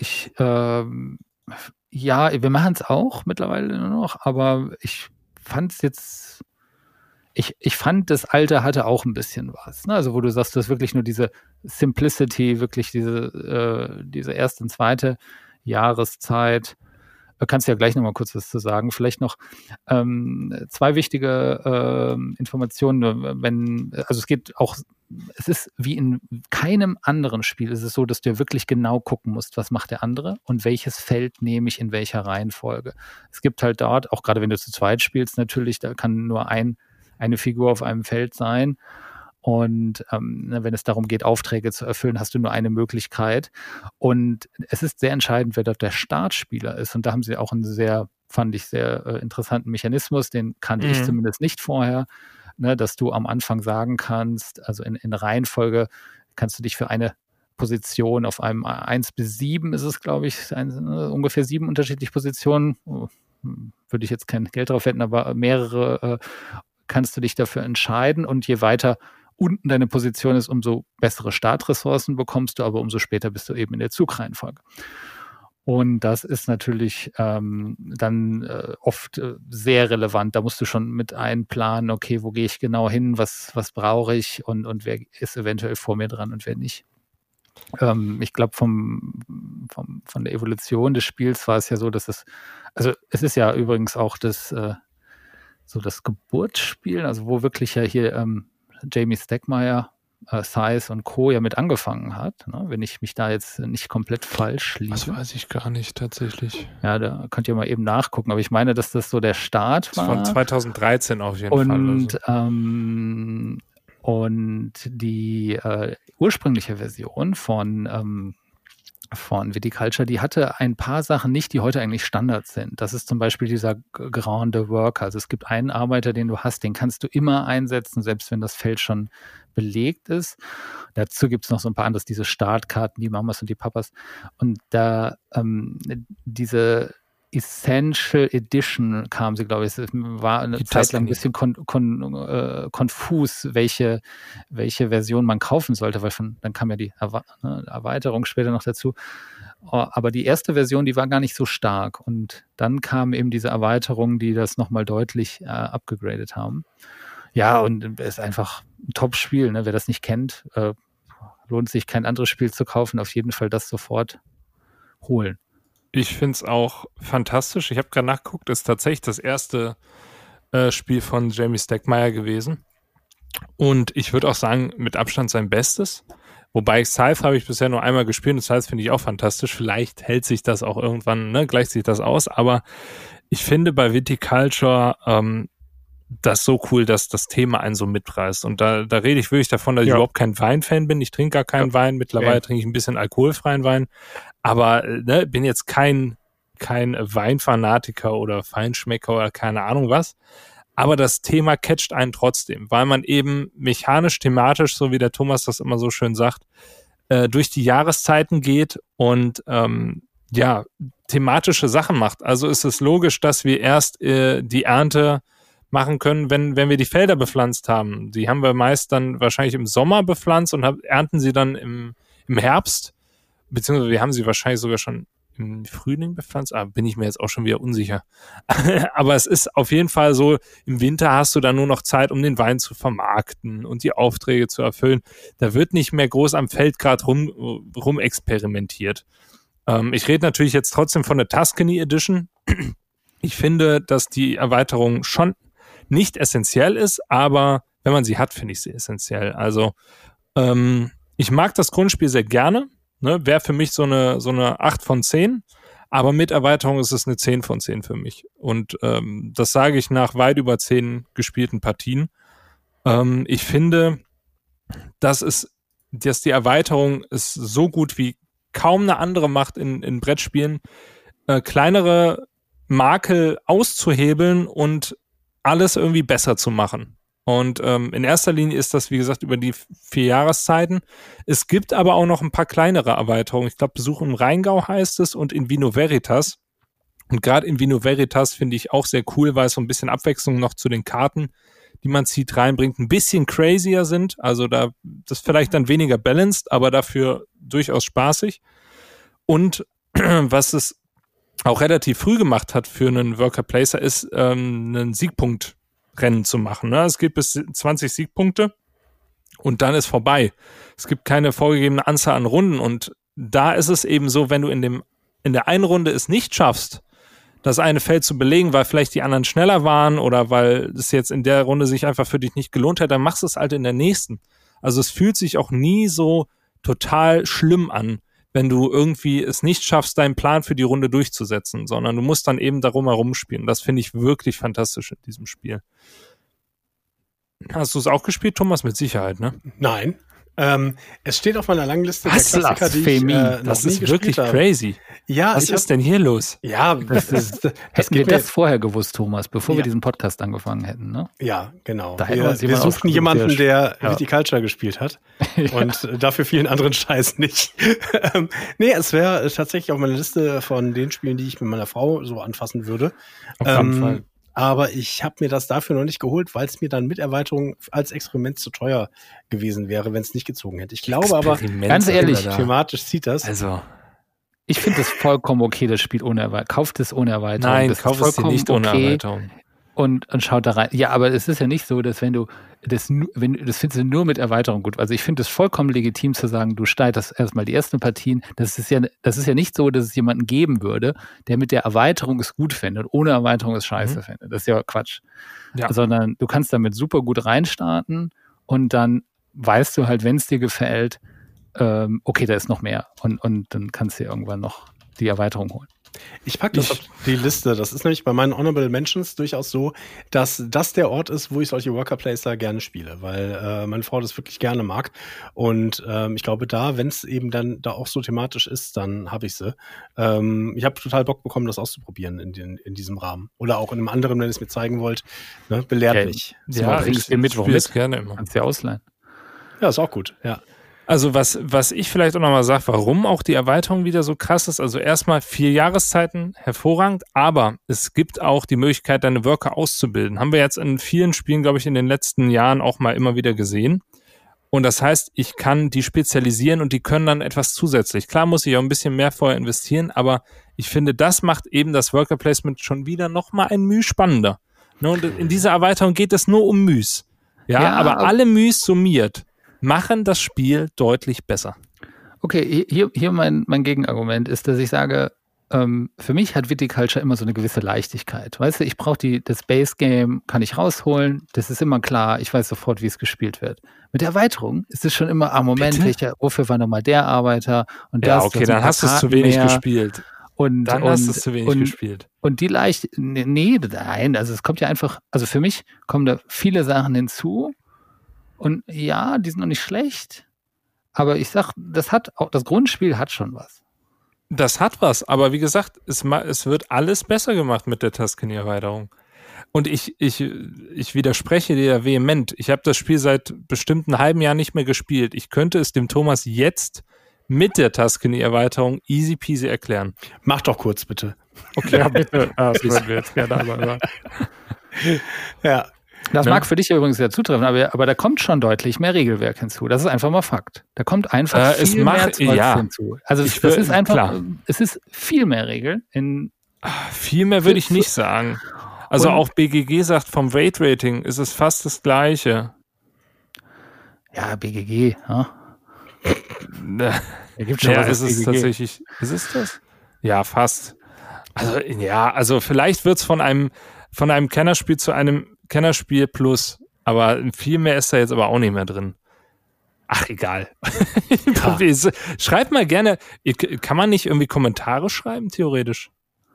Ja, wir machen es auch mittlerweile nur noch, aber ich fand es jetzt, ich fand, das Alte hatte auch ein bisschen was. Ne? Also wo du sagst, du hast wirklich nur diese Simplicity, wirklich diese erste und zweite Jahreszeit. Kannst du ja gleich nochmal kurz was zu sagen. Vielleicht noch 2 wichtige Informationen. Es ist wie in keinem anderen Spiel ist es so, dass du wirklich genau gucken musst, was macht der andere und welches Feld nehme ich in welcher Reihenfolge. Es gibt halt dort, auch gerade wenn du zu zweit spielst, natürlich, da kann nur eine Figur auf einem Feld sein. Und wenn es darum geht, Aufträge zu erfüllen, hast du nur eine Möglichkeit. Und es ist sehr entscheidend, wer dort der Startspieler ist. Und da haben sie auch einen fand ich sehr interessanten Mechanismus, den kannte ich zumindest nicht vorher, ne, dass du am Anfang sagen kannst, also in Reihenfolge kannst du dich für eine Position auf einem 1 bis 7 ist es, glaube ich, ungefähr 7 unterschiedliche Positionen. Würde ich jetzt kein Geld drauf wetten, aber mehrere kannst du dich dafür entscheiden. Und je weiter unten deine Position ist, umso bessere Startressourcen bekommst du, aber umso später bist du eben in der Zugreihenfolge. Und das ist natürlich dann oft sehr relevant. Da musst du schon mit einplanen, okay, wo gehe ich genau hin, was brauche ich und wer ist eventuell vor mir dran und wer nicht. Ich glaube, von der Evolution des Spiels war es ja so, dass es ist ja übrigens auch das Geburtsspiel, also wo wirklich ja hier Jamie Stegmaier, Size und Co. ja mit angefangen hat, ne? Wenn ich mich da jetzt nicht komplett falsch liege. Das weiß ich gar nicht tatsächlich. Ja, da könnt ihr mal eben nachgucken, aber ich meine, dass das so der Start war. Von 2013 auf jeden Fall. Und die ursprüngliche Version von Viticulture, die hatte ein paar Sachen nicht, die heute eigentlich Standard sind. Das ist zum Beispiel dieser Grande Worker. Also es gibt einen Arbeiter, den du hast, den kannst du immer einsetzen, selbst wenn das Feld schon belegt ist. Dazu gibt es noch so ein paar anderes, diese Startkarten, die Mamas und die Papas. Und da diese Essential Edition kam sie, glaube ich. Es war eine Zeit lang ein bisschen konfus, welche Version man kaufen sollte, weil dann kam ja die Erweiterung später noch dazu. Aber die erste Version, die war gar nicht so stark. Und dann kamen eben diese Erweiterungen, die das nochmal deutlich abgegradet haben. Ja, und es ist einfach ein Top-Spiel. Ne? Wer das nicht kennt, lohnt sich, kein anderes Spiel zu kaufen. Auf jeden Fall das sofort holen. Ich finde es auch fantastisch. Ich habe gerade nachgeguckt, ist tatsächlich das erste Spiel von Jamie Stegmaier gewesen. Und ich würde auch sagen, mit Abstand sein Bestes. Wobei Scythe habe ich bisher nur einmal gespielt und Scythe finde ich auch fantastisch. Vielleicht hält sich das auch irgendwann, ne, gleicht sich das aus. Aber ich finde bei Viticulture das so cool, dass das Thema einen so mitreißt. Und da rede ich wirklich davon, dass ich überhaupt kein Weinfan bin. Ich trinke gar keinen Wein. Mittlerweile trinke ich ein bisschen alkoholfreien Wein. Aber bin jetzt kein Weinfanatiker oder Feinschmecker oder keine Ahnung was. Aber das Thema catcht einen trotzdem, weil man eben mechanisch, thematisch, so wie der Thomas das immer so schön sagt, durch die Jahreszeiten geht und thematische Sachen macht. Also ist es logisch, dass wir erst die Ernte machen können, wenn wir die Felder bepflanzt haben. Die haben wir meist dann wahrscheinlich im Sommer bepflanzt und ernten sie dann im Herbst, beziehungsweise wir haben sie wahrscheinlich sogar schon im Frühling bepflanzt, aber bin ich mir jetzt auch schon wieder unsicher. Aber es ist auf jeden Fall so, im Winter hast du dann nur noch Zeit, um den Wein zu vermarkten und die Aufträge zu erfüllen. Da wird nicht mehr groß am Feld gerade rum experimentiert. Ich rede natürlich jetzt trotzdem von der Tuscany Edition. Ich finde, dass die Erweiterung schon nicht essentiell ist, aber wenn man sie hat, finde ich sie essentiell. Also ich mag das Grundspiel sehr gerne. Ne? Wäre für mich so eine 8 von 10, aber mit Erweiterung ist es eine 10 von 10 für mich. Und das sage ich nach weit über 10 gespielten Partien. Ich finde, dass die Erweiterung ist so gut wie kaum eine andere macht in Brettspielen, kleinere Makel auszuhebeln und alles irgendwie besser zu machen. Und in erster Linie ist das, wie gesagt, über die 4 Jahreszeiten. Es gibt aber auch noch ein paar kleinere Erweiterungen. Ich glaube, Besuch im Rheingau heißt es und in Vino Veritas. Und gerade in Vino Veritas finde ich auch sehr cool, weil es so ein bisschen Abwechslung noch zu den Karten, die man zieht, reinbringt, ein bisschen crazier sind. Also das vielleicht dann weniger balanced, aber dafür durchaus spaßig. Und was es auch relativ früh gemacht hat für einen Worker Placer, ist einen Siegpunktrennen zu machen. Ne? Es geht bis 20 Siegpunkte und dann ist vorbei. Es gibt keine vorgegebene Anzahl an Runden und da ist es eben so, wenn du in der einen Runde es nicht schaffst, das eine Feld zu belegen, weil vielleicht die anderen schneller waren oder weil es jetzt in der Runde sich einfach für dich nicht gelohnt hat, dann machst du es halt in der nächsten. Also es fühlt sich auch nie so total schlimm an, wenn du irgendwie es nicht schaffst, deinen Plan für die Runde durchzusetzen, sondern du musst dann eben darum herum spielen. Das finde ich wirklich fantastisch in diesem Spiel. Hast du es auch gespielt, Thomas? Mit Sicherheit, ne? Nein. Es steht auf meiner langen Liste der Klassiker, die ich das ist wirklich crazy. Ja, was ist denn hier los? Ja, hätten wir das vorher gewusst, Thomas, bevor wir diesen Podcast angefangen hätten, ne? Ja, genau. Wir suchten jemanden, der Viticulture gespielt hat und dafür vielen anderen Scheiß nicht. Nee, es wäre tatsächlich auf meiner Liste von den Spielen, die ich mit meiner Frau so anfassen würde. Auf jeden Fall. Aber ich habe mir das dafür noch nicht geholt, weil es mir dann mit Erweiterung als Experiment zu teuer gewesen wäre, wenn es nicht gezogen hätte. Ich glaube aber, ganz ehrlich, thematisch zieht das. Also, ich finde es vollkommen okay, das Spiel ohne Erweiterung. Kauft es ohne Erweiterung. Nein, kauft es nicht ohne Erweiterung. Und schaut da rein. Ja, aber es ist ja nicht so, dass wenn du das findest du nur mit Erweiterung gut. Also ich finde es vollkommen legitim zu sagen, du startest erstmal die ersten Partien. Das ist ja nicht so, dass es jemanden geben würde, der mit der Erweiterung es gut findet, ohne Erweiterung es scheiße findet. Das ist ja Quatsch. Ja. Sondern du kannst damit super gut reinstarten und dann weißt du halt, wenn es dir gefällt, okay, da ist noch mehr. Und dann kannst du dir irgendwann noch die Erweiterung holen. Ich packe das auf die Liste. Das ist nämlich bei meinen Honorable Mentions durchaus so, dass das der Ort ist, wo ich solche Worker Placer gerne spiele, weil meine Frau das wirklich gerne mag. Und ich glaube, wenn es eben dann da auch so thematisch ist, dann habe ich sie. Ich habe total Bock bekommen, das auszuprobieren in diesem Rahmen. Oder auch in einem anderen, wenn ihr es mir zeigen wollt. Ne? Belehrt mich. Ja, ich spiele Mittwoch mit. Gerne immer. Kannst dir ausleihen. Ja, ist auch gut, ja. Also was ich vielleicht auch nochmal sage, warum auch die Erweiterung wieder so krass ist, also erstmal 4 Jahreszeiten, hervorragend, aber es gibt auch die Möglichkeit, deine Worker auszubilden. Haben wir jetzt in vielen Spielen, glaube ich, in den letzten Jahren auch mal immer wieder gesehen. Und das heißt, ich kann die spezialisieren und die können dann etwas zusätzlich. Klar muss ich auch ein bisschen mehr vorher investieren, aber ich finde, das macht eben das Worker Placement schon wieder nochmal ein Müh spannender. Ne? Und in dieser Erweiterung geht es nur um Müs. Ja, aber alle Müs summiert machen das Spiel deutlich besser. Okay, hier mein Gegenargument ist, dass ich sage, für mich hat Viticulture immer so eine gewisse Leichtigkeit. Weißt du, ich brauche das Base-Game, kann ich rausholen, das ist immer klar, ich weiß sofort, wie es gespielt wird. Mit der Erweiterung ist es schon immer, Moment, wofür war nochmal der Arbeiter? Und ja, okay, dann hast du es zu wenig gespielt. Und die nein, also es kommt ja einfach, also für mich kommen da viele Sachen hinzu. Und ja, die sind noch nicht schlecht, aber ich sag, das Grundspiel hat schon was. Das hat was, aber wie gesagt, es wird alles besser gemacht mit der Tuscany-Erweiterung. Und ich widerspreche dir vehement. Ich habe das Spiel seit bestimmt einem halben Jahr nicht mehr gespielt. Ich könnte es dem Thomas jetzt mit der Tuscany-Erweiterung easy peasy erklären. Mach doch kurz, bitte. Okay, ja, bitte. Das würden wir jetzt gerne aber hören. Ja. Das mag für dich ja übrigens sehr zutreffen, aber da kommt schon deutlich mehr Regelwerk hinzu. Das ist einfach mal Fakt. Da kommt einfach viel mehr Zeugs hinzu. Also es ist einfach, klar. Es ist viel mehr Regeln. Viel mehr würde ich nicht sagen. Also auch BGG sagt, vom Rating ist es fast das Gleiche. Ja, BGG, ja. Da gibt schon was. Ist es tatsächlich, ist es das? Ja, fast. Also vielleicht wird es von einem Kennerspiel zu einem Kennerspiel plus, aber viel mehr ist da jetzt aber auch nicht mehr drin. Ach, egal. Schreibt mal gerne. Kann man nicht irgendwie Kommentare schreiben, theoretisch?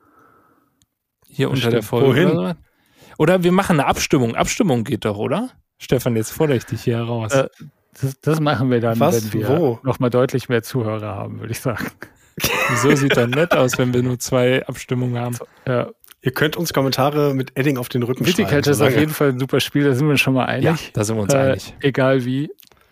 Hier unter der Folge. Wohin? Oder wir machen eine Abstimmung. Abstimmung geht doch, oder? Stefan, jetzt fordere ich dich hier heraus. Das machen wir dann, Was? wenn wir nochmal deutlich mehr Zuhörer haben, würde ich sagen. Wieso sieht dann nett aus, wenn wir nur 2 Abstimmungen haben? Ja. Ihr könnt uns Kommentare mit Edding auf den Rücken Viticulture ist auf jeden Fall ein super Spiel, da sind wir uns schon mal einig. Ja, da sind wir uns einig. Egal wie.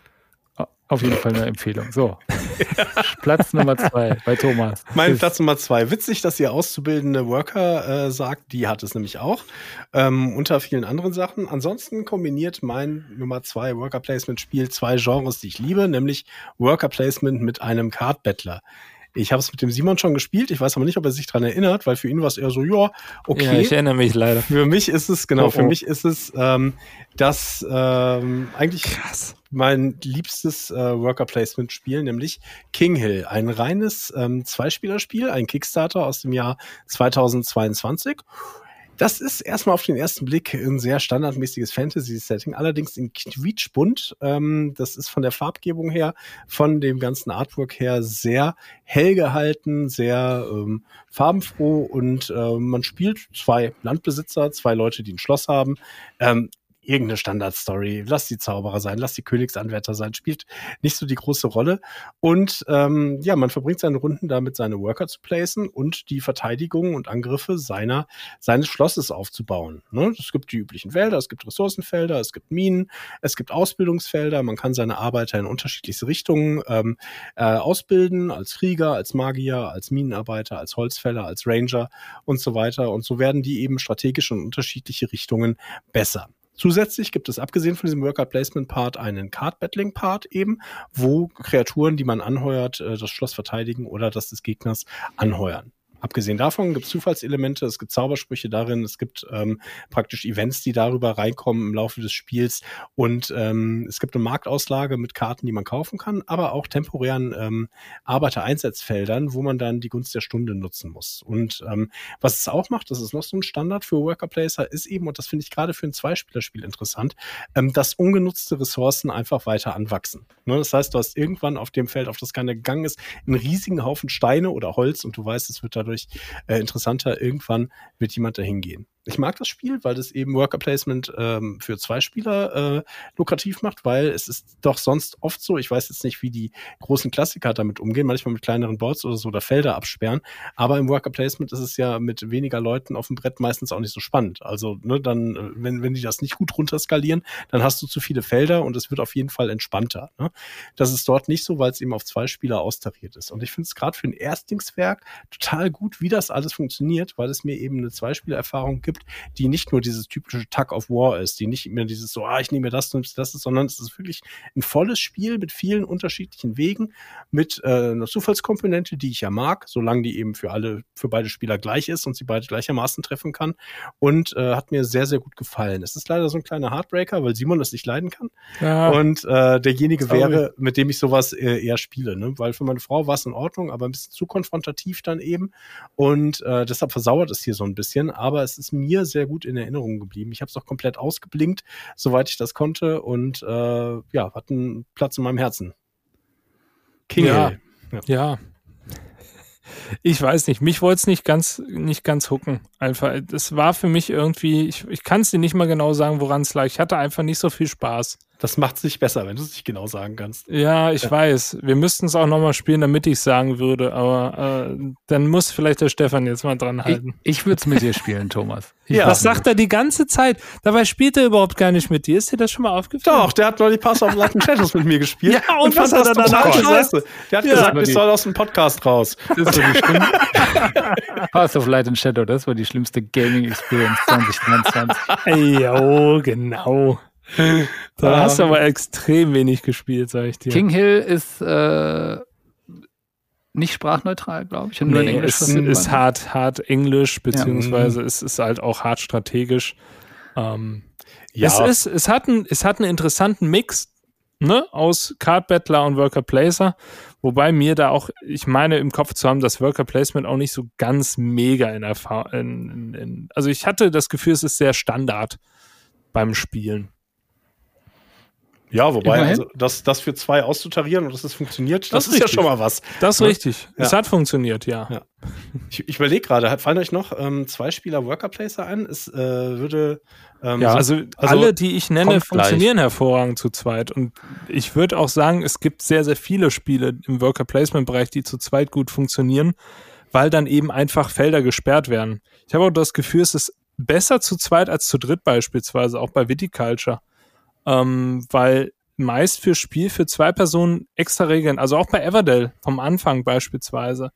Auf jeden Fall eine Empfehlung. So. Platz Nummer 2 bei Thomas. Mein Platz Nummer 2. Witzig, dass ihr auszubildende Worker sagt, die hat es nämlich auch. Unter vielen anderen Sachen. Ansonsten kombiniert mein Nummer 2 Worker Placement Spiel 2 Genres, die ich liebe, nämlich Worker Placement mit einem Card Battler. Ich habe es mit dem Simon schon gespielt. Ich weiß aber nicht, ob er sich dran erinnert, weil für ihn war es eher so, ja, okay. Ja, ich erinnere mich leider. Für mich ist es, für mich ist es das eigentlich krass. Mein liebstes Worker-Placement-Spiel, nämlich King Hill. Ein reines Zweispielerspiel, ein Kickstarter aus dem Jahr 2022. Das ist erstmal auf den ersten Blick ein sehr standardmäßiges Fantasy-Setting, allerdings in quietschbunt. Das ist von der Farbgebung her, von dem ganzen Artwork her sehr hell gehalten, sehr farbenfroh und man spielt 2 Landbesitzer, 2 Leute, die ein Schloss haben. Irgendeine Standardstory, lass die Zauberer sein, lass die Königsanwärter sein, spielt nicht so die große Rolle. Und man verbringt seine Runden damit, seine Worker zu placen und die Verteidigung und Angriffe seines Schlosses aufzubauen. Ne? Es gibt die üblichen Felder, es gibt Ressourcenfelder, es gibt Minen, es gibt Ausbildungsfelder, man kann seine Arbeiter in unterschiedlichste Richtungen ausbilden, als Krieger, als Magier, als Minenarbeiter, als Holzfäller, als Ranger und so weiter. Und so werden die eben strategisch in unterschiedliche Richtungen besser. Zusätzlich gibt es, abgesehen von diesem Worker-Placement-Part, einen Card-Battling-Part eben, wo Kreaturen, die man anheuert, das Schloss verteidigen oder das des Gegners anheuern. Abgesehen davon gibt es Zufallselemente, es gibt Zaubersprüche darin, es gibt praktisch Events, die darüber reinkommen im Laufe des Spiels und es gibt eine Marktauslage mit Karten, die man kaufen kann, aber auch temporären Arbeitereinsatzfeldern, wo man dann die Gunst der Stunde nutzen muss. Und was es auch macht, das ist noch so ein Standard für Worker Placer, ist eben, und das finde ich gerade für ein Zweispielerspiel interessant, dass ungenutzte Ressourcen einfach weiter anwachsen. Ne? Das heißt, du hast irgendwann auf dem Feld, auf das keiner gegangen ist, einen riesigen Haufen Steine oder Holz und du weißt, es wird dadurch interessanter, irgendwann wird jemand dahin gehen. Ich mag das Spiel, weil das eben Worker Placement für 2 Spieler lukrativ macht, weil es ist doch sonst oft so, ich weiß jetzt nicht, wie die großen Klassiker damit umgehen, manchmal mit kleineren Boards oder so oder Felder absperren, aber im Worker Placement ist es ja mit weniger Leuten auf dem Brett meistens auch nicht so spannend. Also ne, dann, wenn die das nicht gut runterskalieren, dann hast du zu viele Felder und es wird auf jeden Fall entspannter. Ne? Das ist dort nicht so, weil es eben auf 2 Spieler austariert ist. Und ich finde es gerade für ein Erstlingswerk total gut, wie das alles funktioniert, weil es mir eben eine 2-Spieler-Erfahrung gibt, die nicht nur dieses typische Tug of War ist, die nicht mehr dieses so, ich nehme mir das, du nimmst das, sondern es ist wirklich ein volles Spiel mit vielen unterschiedlichen Wegen, mit einer Zufallskomponente, die ich ja mag, solange die eben für beide Spieler gleich ist und sie beide gleichermaßen treffen kann und hat mir sehr, sehr gut gefallen. Es ist leider so ein kleiner Heartbreaker, weil Simon das nicht leiden kann und derjenige wäre, mit dem ich sowas eher spiele, ne? Weil für meine Frau war es in Ordnung, aber ein bisschen zu konfrontativ dann eben und deshalb versauert es hier so ein bisschen, aber es ist mir sehr gut in Erinnerung geblieben. Ich habe es auch komplett ausgeblinkt, soweit ich das konnte und hat einen Platz in meinem Herzen. King Hill. Ja. Ich weiß nicht, mich wollte es nicht ganz hooken. Einfach, es war für mich irgendwie, ich kann es dir nicht mal genau sagen, woran es lag. Ich hatte einfach nicht so viel Spaß. Das macht es nicht besser, wenn du es nicht genau sagen kannst. Ja, ich weiß. Wir müssten es auch nochmal spielen, damit ich es sagen würde, aber dann muss vielleicht der Stefan jetzt mal dran halten. Ich würde es mit dir spielen, Thomas. Das sagt er die ganze Zeit. Dabei spielt er überhaupt gar nicht mit dir. Ist dir das schon mal aufgefallen? Doch, der hat neulich Pass of Light and Shadows mit mir gespielt. Ja, und was hat er danach gesagt? Der hat gesagt, ich soll aus dem Podcast raus. Das war die Pass of Light and Shadow, das war die schlimmste Gaming-Experience 2023. Jo, genau. Da hast du aber extrem wenig gespielt, sag ich dir. King Hill ist nicht sprachneutral, glaube ich. Nur in Englisch es ist hart Englisch, beziehungsweise es ist halt auch hart strategisch. Es hat einen interessanten Mix, ne, aus Card Battler und Worker Placer, wobei mir da auch, ich meine im Kopf zu haben, dass Worker Placement auch nicht so ganz mega also ich hatte das Gefühl, es ist sehr Standard beim Spielen. Ja, wobei, Immerhin. also das für 2 auszutarieren und dass es funktioniert, Das das ist ist ja richtig. schon mal was. Das ist richtig. Ja. Es hat funktioniert, ja. Ja. Ich überlege gerade, fallen euch noch 2 Spieler Worker Placer ein? Es würde Also alle, die ich nenne, kommt funktionieren hervorragend zu zweit. Und ich würde auch sagen, es gibt sehr, sehr viele Spiele im Worker-Placement-Bereich, die zu zweit gut funktionieren, weil dann eben einfach Felder gesperrt werden. Ich habe auch das Gefühl, es ist besser zu zweit als zu dritt beispielsweise, auch bei Viticulture. Weil meist für Spiel für 2 Personen extra Regeln, also auch bei Everdell vom Anfang beispielsweise,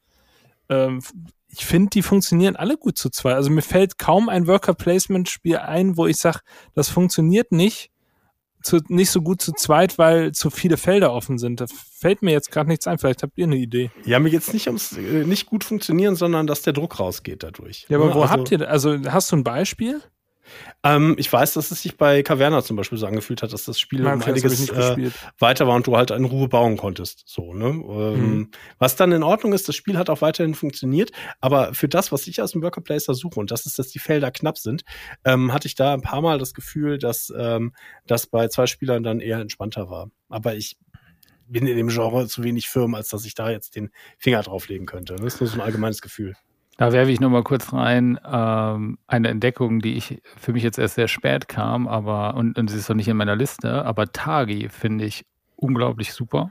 ich finde, die funktionieren alle gut zu zweit. Also mir fällt kaum ein Worker-Placement-Spiel ein, wo ich sage, das funktioniert nicht so gut zu zweit, weil zu viele Felder offen sind. Da fällt mir jetzt gerade nichts ein. Vielleicht habt ihr eine Idee. Ja, mir geht's nicht ums nicht gut funktionieren, sondern dass der Druck rausgeht dadurch. Ja, aber wo also, habt ihr, also hast du ein Beispiel? Ich weiß, dass es sich bei Caverna zum Beispiel so angefühlt hat, dass das Spiel Nein, um das hab ich einiges nicht gespielt. weiter war und du halt in Ruhe bauen konntest. So, ne? Was dann in Ordnung ist, das Spiel hat auch weiterhin funktioniert, aber für das, was ich aus dem Worker Placer suche, und das ist, dass die Felder knapp sind, hatte ich da ein paar Mal das Gefühl, dass das bei 2 Spielern dann eher entspannter war. Aber ich bin in dem Genre zu wenig firm, als dass ich da jetzt den Finger drauflegen könnte. Das ist nur so ein allgemeines Gefühl. Da werfe ich nochmal kurz rein, eine Entdeckung, die für mich jetzt erst sehr spät kam, und sie ist noch nicht in meiner Liste, aber Tagi finde ich unglaublich super.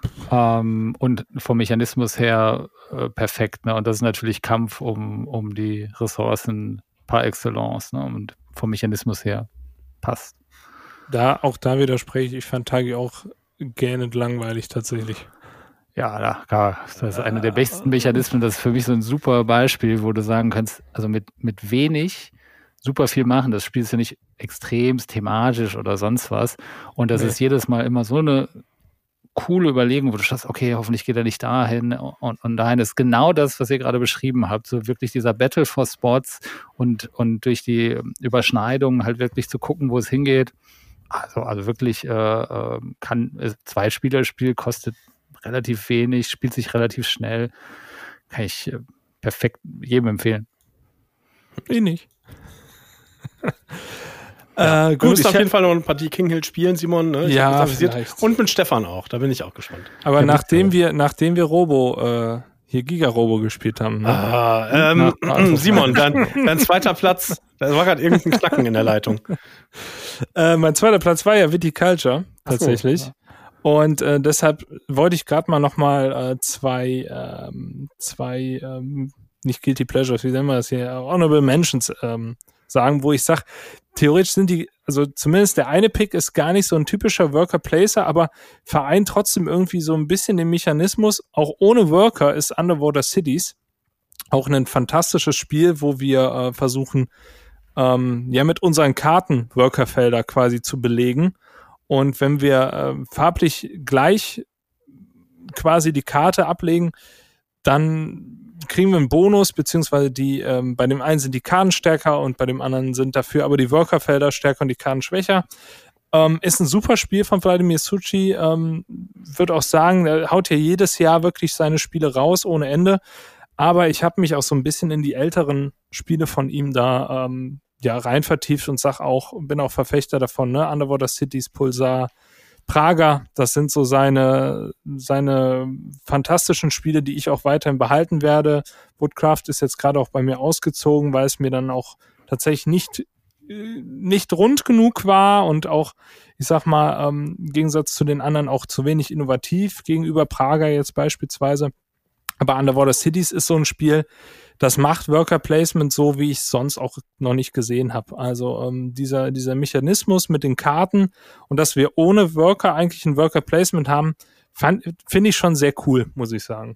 Und vom Mechanismus her perfekt, ne? Und das ist natürlich Kampf um die Ressourcen par excellence, ne? Und vom Mechanismus her passt. Auch da widerspreche ich fand Tagi auch gähnend langweilig tatsächlich. Ja, das ist einer der besten Mechanismen. Das ist für mich so ein super Beispiel, wo du sagen kannst, also mit wenig super viel machen. Das Spiel ist ja nicht extremst thematisch oder sonst was. Und das ist jedes Mal immer so eine coole Überlegung, wo du schaust, okay, hoffentlich geht er nicht dahin und dahin. Das ist genau das, was ihr gerade beschrieben habt. So wirklich dieser Battle for Spots und durch die Überschneidungen halt wirklich zu gucken, wo es hingeht. Also wirklich Zwei-Spieler-Spiel kostet relativ wenig, spielt sich relativ schnell. Kann ich perfekt jedem empfehlen. Ich nicht. Wir Gut, müssen auf jeden Fall noch ein Partie King Hill spielen, Simon. Ne? Ich hab das avisiert. Vielleicht. Und mit Stefan auch, da bin ich auch gespannt. Aber nachdem wir Robo, hier Giga-Robo gespielt haben. Ne? Simon, dein zweiter Platz, da war gerade irgendein Knacken in der Leitung. Mein zweiter Platz war ja Viticulture, tatsächlich. Ja. Und deshalb wollte ich gerade mal nochmal zwei nicht Guilty Pleasures, wie nennen wir das hier, Honorable Mentions sagen, wo ich sage, theoretisch sind die, also zumindest der eine Pick ist gar nicht so ein typischer Worker-Placer, aber vereint trotzdem irgendwie so ein bisschen den Mechanismus. Auch ohne Worker ist Underwater Cities auch ein fantastisches Spiel, wo wir versuchen, mit unseren Karten Workerfelder quasi zu belegen. Und wenn wir farblich gleich quasi die Karte ablegen, dann kriegen wir einen Bonus, beziehungsweise bei dem einen sind die Karten stärker und bei dem anderen sind dafür aber die Workerfelder stärker und die Karten schwächer. Ist ein super Spiel von Vladimir Suchy. Würde auch sagen, er haut hier jedes Jahr wirklich seine Spiele raus ohne Ende. Aber ich habe mich auch so ein bisschen in die älteren Spiele von ihm da rein vertieft und bin auch Verfechter davon, ne? Underwater Cities, Pulsar, Praga, das sind so seine fantastischen Spiele, die ich auch weiterhin behalten werde. Woodcraft ist jetzt gerade auch bei mir ausgezogen, weil es mir dann auch tatsächlich nicht rund genug war und auch, ich sag mal, im Gegensatz zu den anderen auch zu wenig innovativ gegenüber Praga jetzt beispielsweise. Aber Underwater Cities ist so ein Spiel, das macht Worker Placement so, wie ich es sonst auch noch nicht gesehen habe. Also dieser Mechanismus mit den Karten und dass wir ohne Worker eigentlich ein Worker Placement haben, finde ich schon sehr cool, muss ich sagen.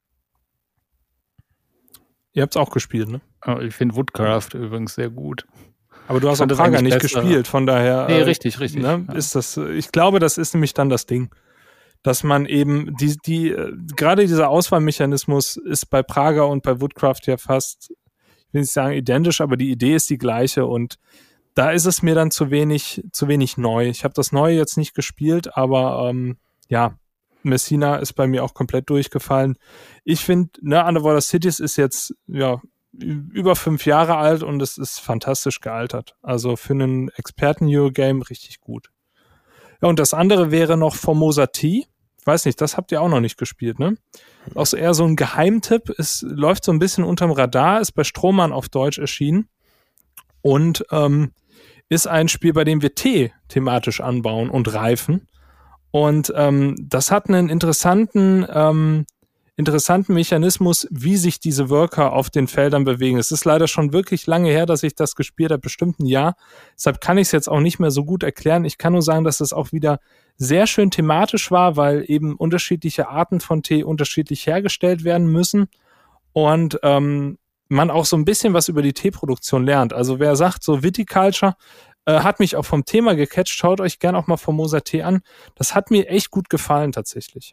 Ihr habt es auch gespielt, ne? Ich finde Woodcraft übrigens sehr gut. Aber du hast auch Praga nicht gespielt, von daher. Nee, richtig. Ne, ja. Ist das? Ich glaube, das ist nämlich dann das Ding. Dass man eben gerade dieser Auswahlmechanismus ist bei Praga und bei Woodcraft ja fast, ich will nicht sagen identisch, aber die Idee ist die gleiche und da ist es mir dann zu wenig neu. Ich habe das Neue jetzt nicht gespielt, aber Messina ist bei mir auch komplett durchgefallen. Ich finde, Underwater Cities ist jetzt über 5 Jahre alt und es ist fantastisch gealtert. Also für einen Experten-Eurogame richtig gut. Ja, und das andere wäre noch Formosa T. Ich weiß nicht, das habt ihr auch noch nicht gespielt, ne? Auch so eher so ein Geheimtipp. Es läuft so ein bisschen unterm Radar, ist bei Strohmann auf Deutsch erschienen und ist ein Spiel, bei dem wir Tee thematisch anbauen und reifen. Und das hat einen interessanten Mechanismus, wie sich diese Worker auf den Feldern bewegen. Es ist leider schon wirklich lange her, dass ich das gespielt habe, bestimmt ein Jahr. Deshalb kann ich es jetzt auch nicht mehr so gut erklären. Ich kann nur sagen, dass es auch wieder sehr schön thematisch war, weil eben unterschiedliche Arten von Tee unterschiedlich hergestellt werden müssen und man auch so ein bisschen was über die Teeproduktion lernt. Also wer sagt, so Viticulture hat mich auch vom Thema gecatcht, schaut euch gerne auch mal Formosa Tee an. Das hat mir echt gut gefallen tatsächlich.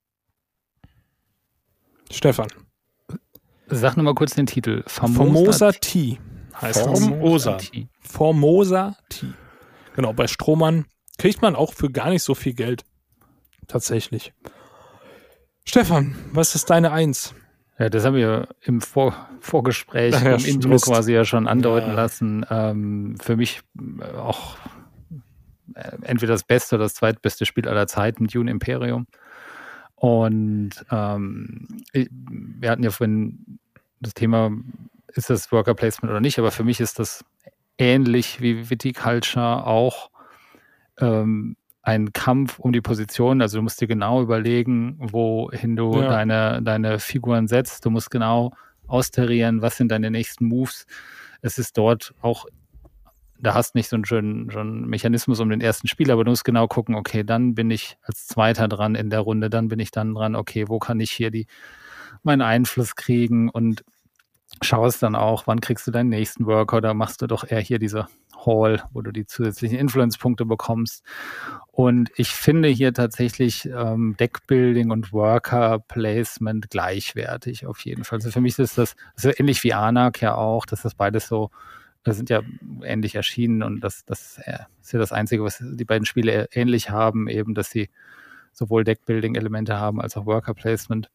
Stefan. Sag nochmal kurz den Titel. Formosa Tea heißt Formosa das. Formosa Tea. Genau, bei Strohmann kriegt man auch für gar nicht so viel Geld. Tatsächlich. Stefan, was ist deine 1? Ja, das haben wir im Vorgespräch, im Intro quasi ja schon andeuten lassen. Für mich auch entweder das beste oder das zweitbeste Spiel aller Zeiten, Dune Imperium. Und wir hatten ja vorhin das Thema, ist das Worker Placement oder nicht, aber für mich ist das ähnlich wie Viticulture auch ein Kampf um die Position. Also du musst dir genau überlegen, wohin du deine Figuren setzt. Du musst genau austarieren, was sind deine nächsten Moves. Es ist dort auch, da hast nicht so einen schönen Mechanismus um den ersten Spieler, aber du musst genau gucken, okay, dann bin ich als Zweiter dran in der Runde, dann bin ich dann dran, okay, wo kann ich hier meinen Einfluss kriegen und schaust dann auch, wann kriegst du deinen nächsten Worker oder machst du doch eher hier diese Hall, wo du die zusätzlichen Influence-Punkte bekommst. Und ich finde hier tatsächlich Deckbuilding und Worker-Placement gleichwertig auf jeden Fall. Also für mich ist das so ähnlich wie Anak ja auch, dass das beides so, das sind ja ähnlich erschienen und das ist ja das Einzige, was die beiden Spiele ähnlich haben, eben, dass sie sowohl Deckbuilding-Elemente haben als auch Worker-Placement.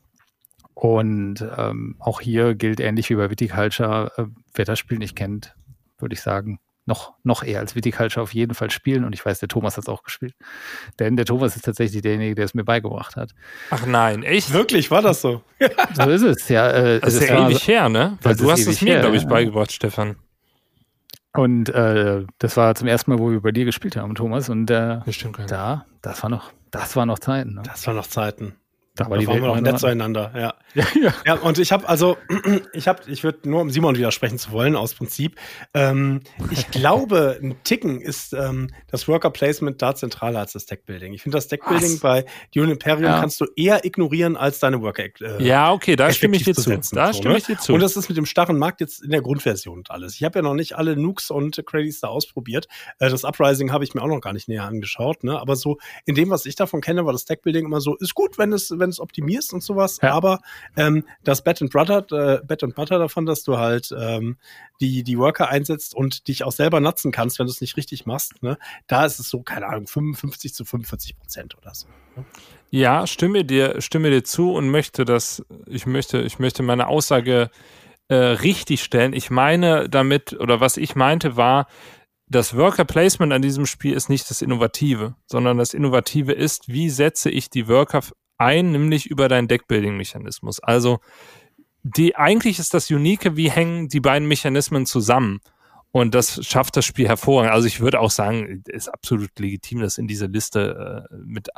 Und auch hier gilt ähnlich wie bei Viticulture, wer das Spiel nicht kennt, würde ich sagen, noch eher als Viticulture auf jeden Fall spielen. Und ich weiß, der Thomas hat es auch gespielt. Denn der Thomas ist tatsächlich derjenige, der es mir beigebracht hat. Ach nein, echt? Wirklich, war das so? So ist es, ja. Das ist ja ewig her, ne? Weil du hast es mir, glaube ich, beigebracht, Stefan. Und das war zum ersten Mal, wo wir bei dir gespielt haben, Thomas. Und das war noch Zeiten. Ne? Das war noch Zeiten. Da waren wir noch nett zueinander, ja. Ja, und ich würde nur, um Simon widersprechen zu wollen, aus Prinzip, ich glaube, ein Ticken ist das Worker Placement da zentraler als das Deckbuilding. Ich finde, das Deckbuilding bei Dune Imperium kannst du eher ignorieren als deine Worker. Ja, okay, da stimme ich dir zu. Und das ist mit dem starren Markt jetzt in der Grundversion und alles. Ich habe ja noch nicht alle Nukes und Credits da ausprobiert. Das Uprising habe ich mir auch noch gar nicht näher angeschaut, ne? Aber so in dem, was ich davon kenne, war das Deckbuilding immer so, ist gut, wenn es optimierst und sowas, aber das Bed and Butter davon, dass du halt die Worker einsetzt und dich auch selber nutzen kannst, wenn du es nicht richtig machst, ne? Da ist es so, keine Ahnung, 55-45% oder so. Ne? Ja, stimme dir zu und ich möchte meine Aussage richtig stellen. Ich meine damit, oder was ich meinte war, das Worker Placement an diesem Spiel ist nicht das Innovative, sondern das Innovative ist, wie setze ich die Worker ein, nämlich über deinen Deckbuilding-Mechanismus. Also eigentlich ist das Unique, wie hängen die beiden Mechanismen zusammen. Und das schafft das Spiel hervorragend. Also ich würde auch sagen, es ist absolut legitim, das in diese Liste mit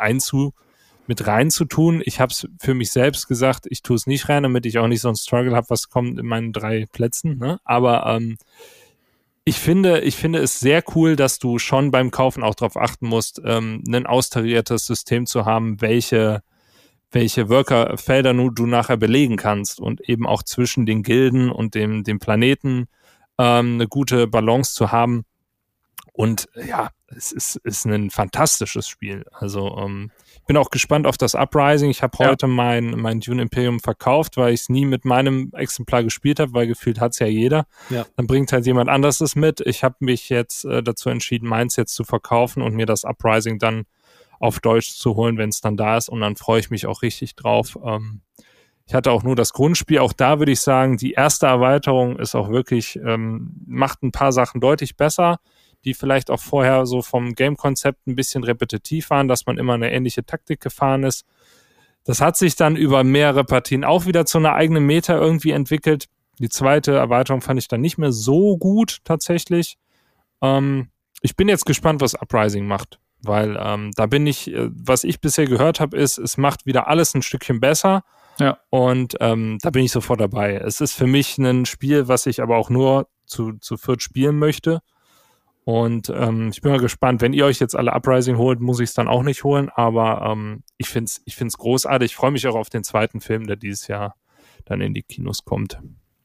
reinzutun. Ich habe es für mich selbst gesagt, ich tue es nicht rein, damit ich auch nicht so einen Struggle habe, was kommt in meinen 3 Plätzen. Ne? Aber ich finde es sehr cool, dass du schon beim Kaufen auch darauf achten musst, ein austariertes System zu haben, welche Workerfelder du nachher belegen kannst und eben auch zwischen den Gilden und dem Planeten eine gute Balance zu haben. Und ja, es ist ein fantastisches Spiel. Also ich bin auch gespannt auf das Uprising. Ich habe heute mein Dune Imperium verkauft, weil ich es nie mit meinem Exemplar gespielt habe, weil gefühlt hat es ja jeder. Ja. Dann bringt halt jemand anderes es mit. Ich habe mich jetzt dazu entschieden, meins jetzt zu verkaufen und mir das Uprising dann auf Deutsch zu holen, wenn es dann da ist. Und dann freue ich mich auch richtig drauf. Ich hatte auch nur das Grundspiel. Auch da würde ich sagen, die erste Erweiterung ist auch wirklich, macht ein paar Sachen deutlich besser. die vielleicht auch vorher so vom Game-Konzept ein bisschen repetitiv waren, dass man immer eine ähnliche Taktik gefahren ist. Das hat sich dann über mehrere Partien auch wieder zu einer eigenen Meta irgendwie entwickelt. Die zweite Erweiterung fand ich dann nicht mehr so gut tatsächlich. Ich bin jetzt gespannt, was Uprising macht, weil da bin ich, was ich bisher gehört habe, ist, es macht wieder alles ein Stückchen besser. Ja. Und da bin ich sofort dabei. Es ist für mich ein Spiel, was ich aber auch nur zu viert spielen möchte. Und ich bin mal gespannt, wenn ihr euch jetzt alle Uprising holt, muss ich es dann auch nicht holen, aber ich find's großartig. Ich freue mich auch auf den zweiten Film, der dieses Jahr dann in die Kinos kommt.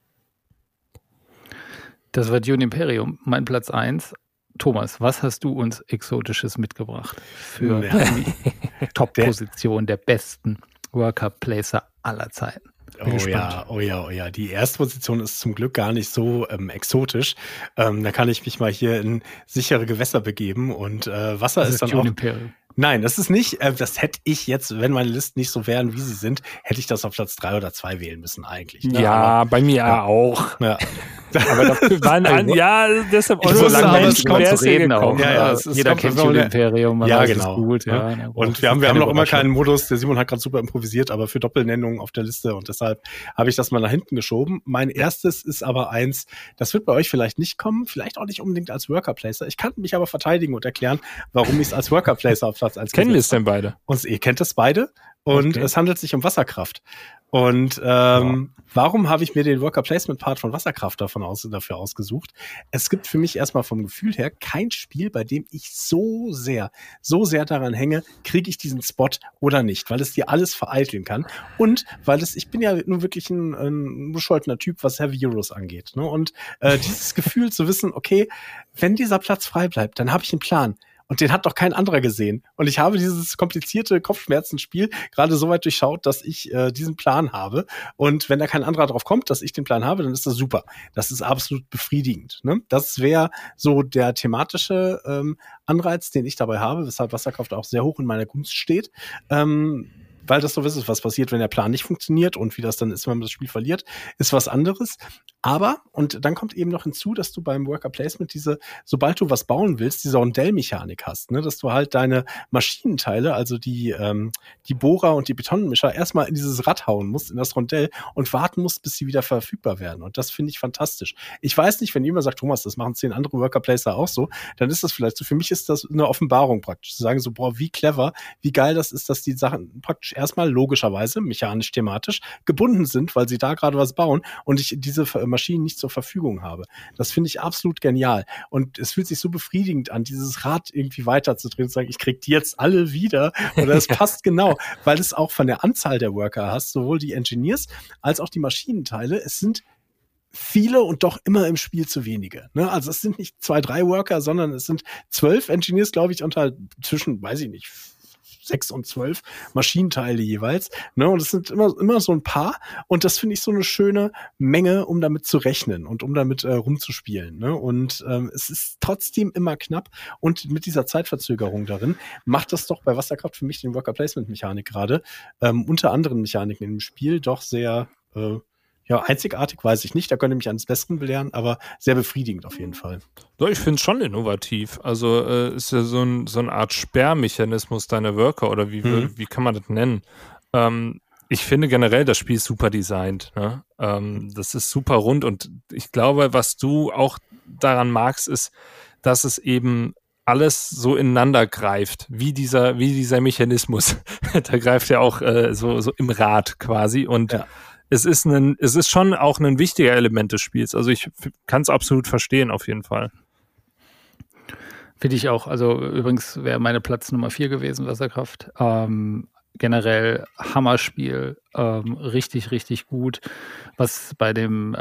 Das war Dune Imperium, mein Platz 1. Thomas, was hast du uns Exotisches mitgebracht für die Top-Position der besten Worker-Placer aller Zeiten? Oh ja. Die Erstposition ist zum Glück gar nicht so exotisch. Da kann ich mich mal hier in sichere Gewässer begeben und Wasser Das ist dann Dune auch... Imperium. Nein, das ist nicht, das hätte ich jetzt, wenn meine Listen nicht so wären, wie sie sind, hätte ich das auf Platz 3 oder 2 wählen müssen eigentlich. Ne? Ja, aber, bei mir auch. Ja. Aber dafür waren deshalb Ich so wusste, lange aber Menschen, es kommt wer zu ist hier reden gekommen. auch. Ja, Jeder kennt Dune Imperium. Ja, das genau. Ist gut, ja. Und wir haben noch immer keinen Modus. Der Simon hat gerade super improvisiert, aber für Doppelnennungen auf der Liste und deshalb habe ich das mal nach hinten geschoben. Mein erstes ist aber eins, das wird bei euch vielleicht nicht kommen, vielleicht auch nicht unbedingt als Worker Placer. Ich kann mich aber verteidigen und erklären, warum ich es als Worker Placer auf Platz 1 Kennen wir es denn beide? Und ihr kennt es beide und es handelt sich um Wasserkraft. Und warum habe ich mir den Worker-Placement-Part von Wasserkraft dafür ausgesucht? Es gibt für mich erstmal vom Gefühl her kein Spiel, bei dem ich so sehr daran hänge, kriege ich diesen Spot oder nicht, weil es dir alles vereiteln kann und weil ich bin ja nun wirklich ein bescholtener Typ, was Heavy Euros angeht. Ne? Und dieses Gefühl zu wissen, okay, wenn dieser Platz frei bleibt, dann habe ich einen Plan. Und den hat doch kein anderer gesehen. Und ich habe dieses komplizierte Kopfschmerzenspiel gerade so weit durchschaut, dass ich diesen Plan habe. Und wenn da kein anderer drauf kommt, dass ich den Plan habe, dann ist das super. Das ist absolut befriedigend. Ne? Das wäre so der thematische Anreiz, den ich dabei habe, weshalb Wasserkraft auch sehr hoch in meiner Gunst steht. Weil das so ist, was passiert, wenn der Plan nicht funktioniert und wie das dann ist, wenn man das Spiel verliert, ist was anderes. Aber, und dann kommt eben noch hinzu, dass du beim Worker Placement sobald du was bauen willst, diese Rondellmechanik hast, ne, dass du halt deine Maschinenteile, also die Bohrer und die Betonmischer erstmal in dieses Rad hauen musst, in das Rondell und warten musst, bis sie wieder verfügbar werden. Und das finde ich fantastisch. Ich weiß nicht, wenn jemand sagt, Thomas, das machen 10 andere Worker Placer auch so, dann ist das vielleicht so, für mich ist das eine Offenbarung praktisch, zu sagen so, boah, wie clever, wie geil das ist, dass die Sachen praktisch erstmal logischerweise, mechanisch, thematisch gebunden sind, weil sie da gerade was bauen und ich diese Maschinen nicht zur Verfügung habe. Das finde ich absolut genial. Und es fühlt sich so befriedigend an, dieses Rad irgendwie weiterzudrehen und zu sagen, ich krieg die jetzt alle wieder. Oder es passt genau, weil es auch von der Anzahl der Worker hast, sowohl die Engineers als auch die Maschinenteile. Es sind viele und doch immer im Spiel zu wenige. Ne? Also es sind nicht 2, 3 Worker, sondern es sind 12 Engineers, glaube ich, und halt zwischen, weiß ich nicht, 6 und 12 Maschinenteile jeweils. Ne? Und es sind immer so ein paar. Und das finde ich so eine schöne Menge, um damit zu rechnen und um damit rumzuspielen. Ne? Und es ist trotzdem immer knapp. Und mit dieser Zeitverzögerung darin macht das doch bei Wasserkraft für mich den Worker-Placement-Mechanik gerade unter anderen Mechaniken im Spiel doch sehr einzigartig, weiß ich nicht. Da könnte mich eines Besseren belehren, aber sehr befriedigend auf jeden Fall. Doch, ich finde es schon innovativ. Also ist ja so eine Art Sperrmechanismus deiner Worker oder wie kann man das nennen? Ich finde generell, das Spiel ist super designt. Ne? Das ist super rund und ich glaube, was du auch daran magst, ist, dass es eben alles so ineinander greift, wie dieser Mechanismus. Da greift ja auch so im Rad quasi und es ist schon auch ein wichtiger Element des Spiels. Also ich kann es absolut verstehen, auf jeden Fall. Finde ich auch. Also übrigens wäre meine Platz Nummer 4 gewesen, Wasserkraft. Generell Hammerspiel, richtig, richtig gut. Was bei dem,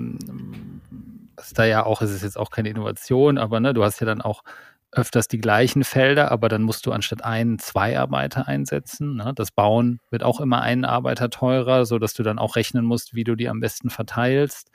was da ja auch, es ist jetzt auch keine Innovation, aber ne, du hast ja dann auch öfters die gleichen Felder, aber dann musst du anstatt 2 Arbeiter einsetzen. Ne? Das Bauen wird auch immer einen Arbeiter teurer, sodass du dann auch rechnen musst, wie du die am besten verteilst.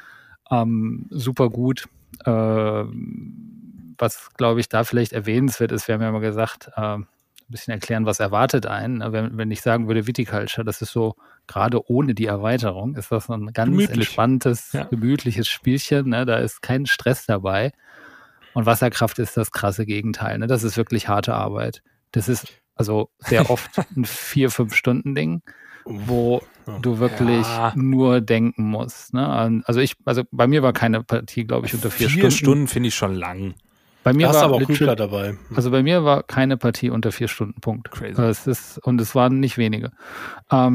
Super gut. Was, glaube ich, da vielleicht erwähnenswert ist, wir haben ja mal gesagt, ein bisschen erklären, was erwartet einen. Wenn ich sagen würde, Viticulture, das ist so, gerade ohne die Erweiterung, ist das ein ganz entspanntes, gemütliches Spielchen. Ne? Da ist kein Stress dabei. Und Wasserkraft ist das krasse Gegenteil. Ne? Das ist wirklich harte Arbeit. Das ist also sehr oft ein 4-5-Stunden-Ding, wo du wirklich nur denken musst. Ne? Also bei mir war keine Partie, glaube ich, unter 4 Stunden. 4 Stunden finde ich schon lang. Bei mir da war ist aber auch Rübler dabei. Also bei mir war keine Partie unter 4 Stunden, Punkt. Crazy. Es waren nicht wenige. Da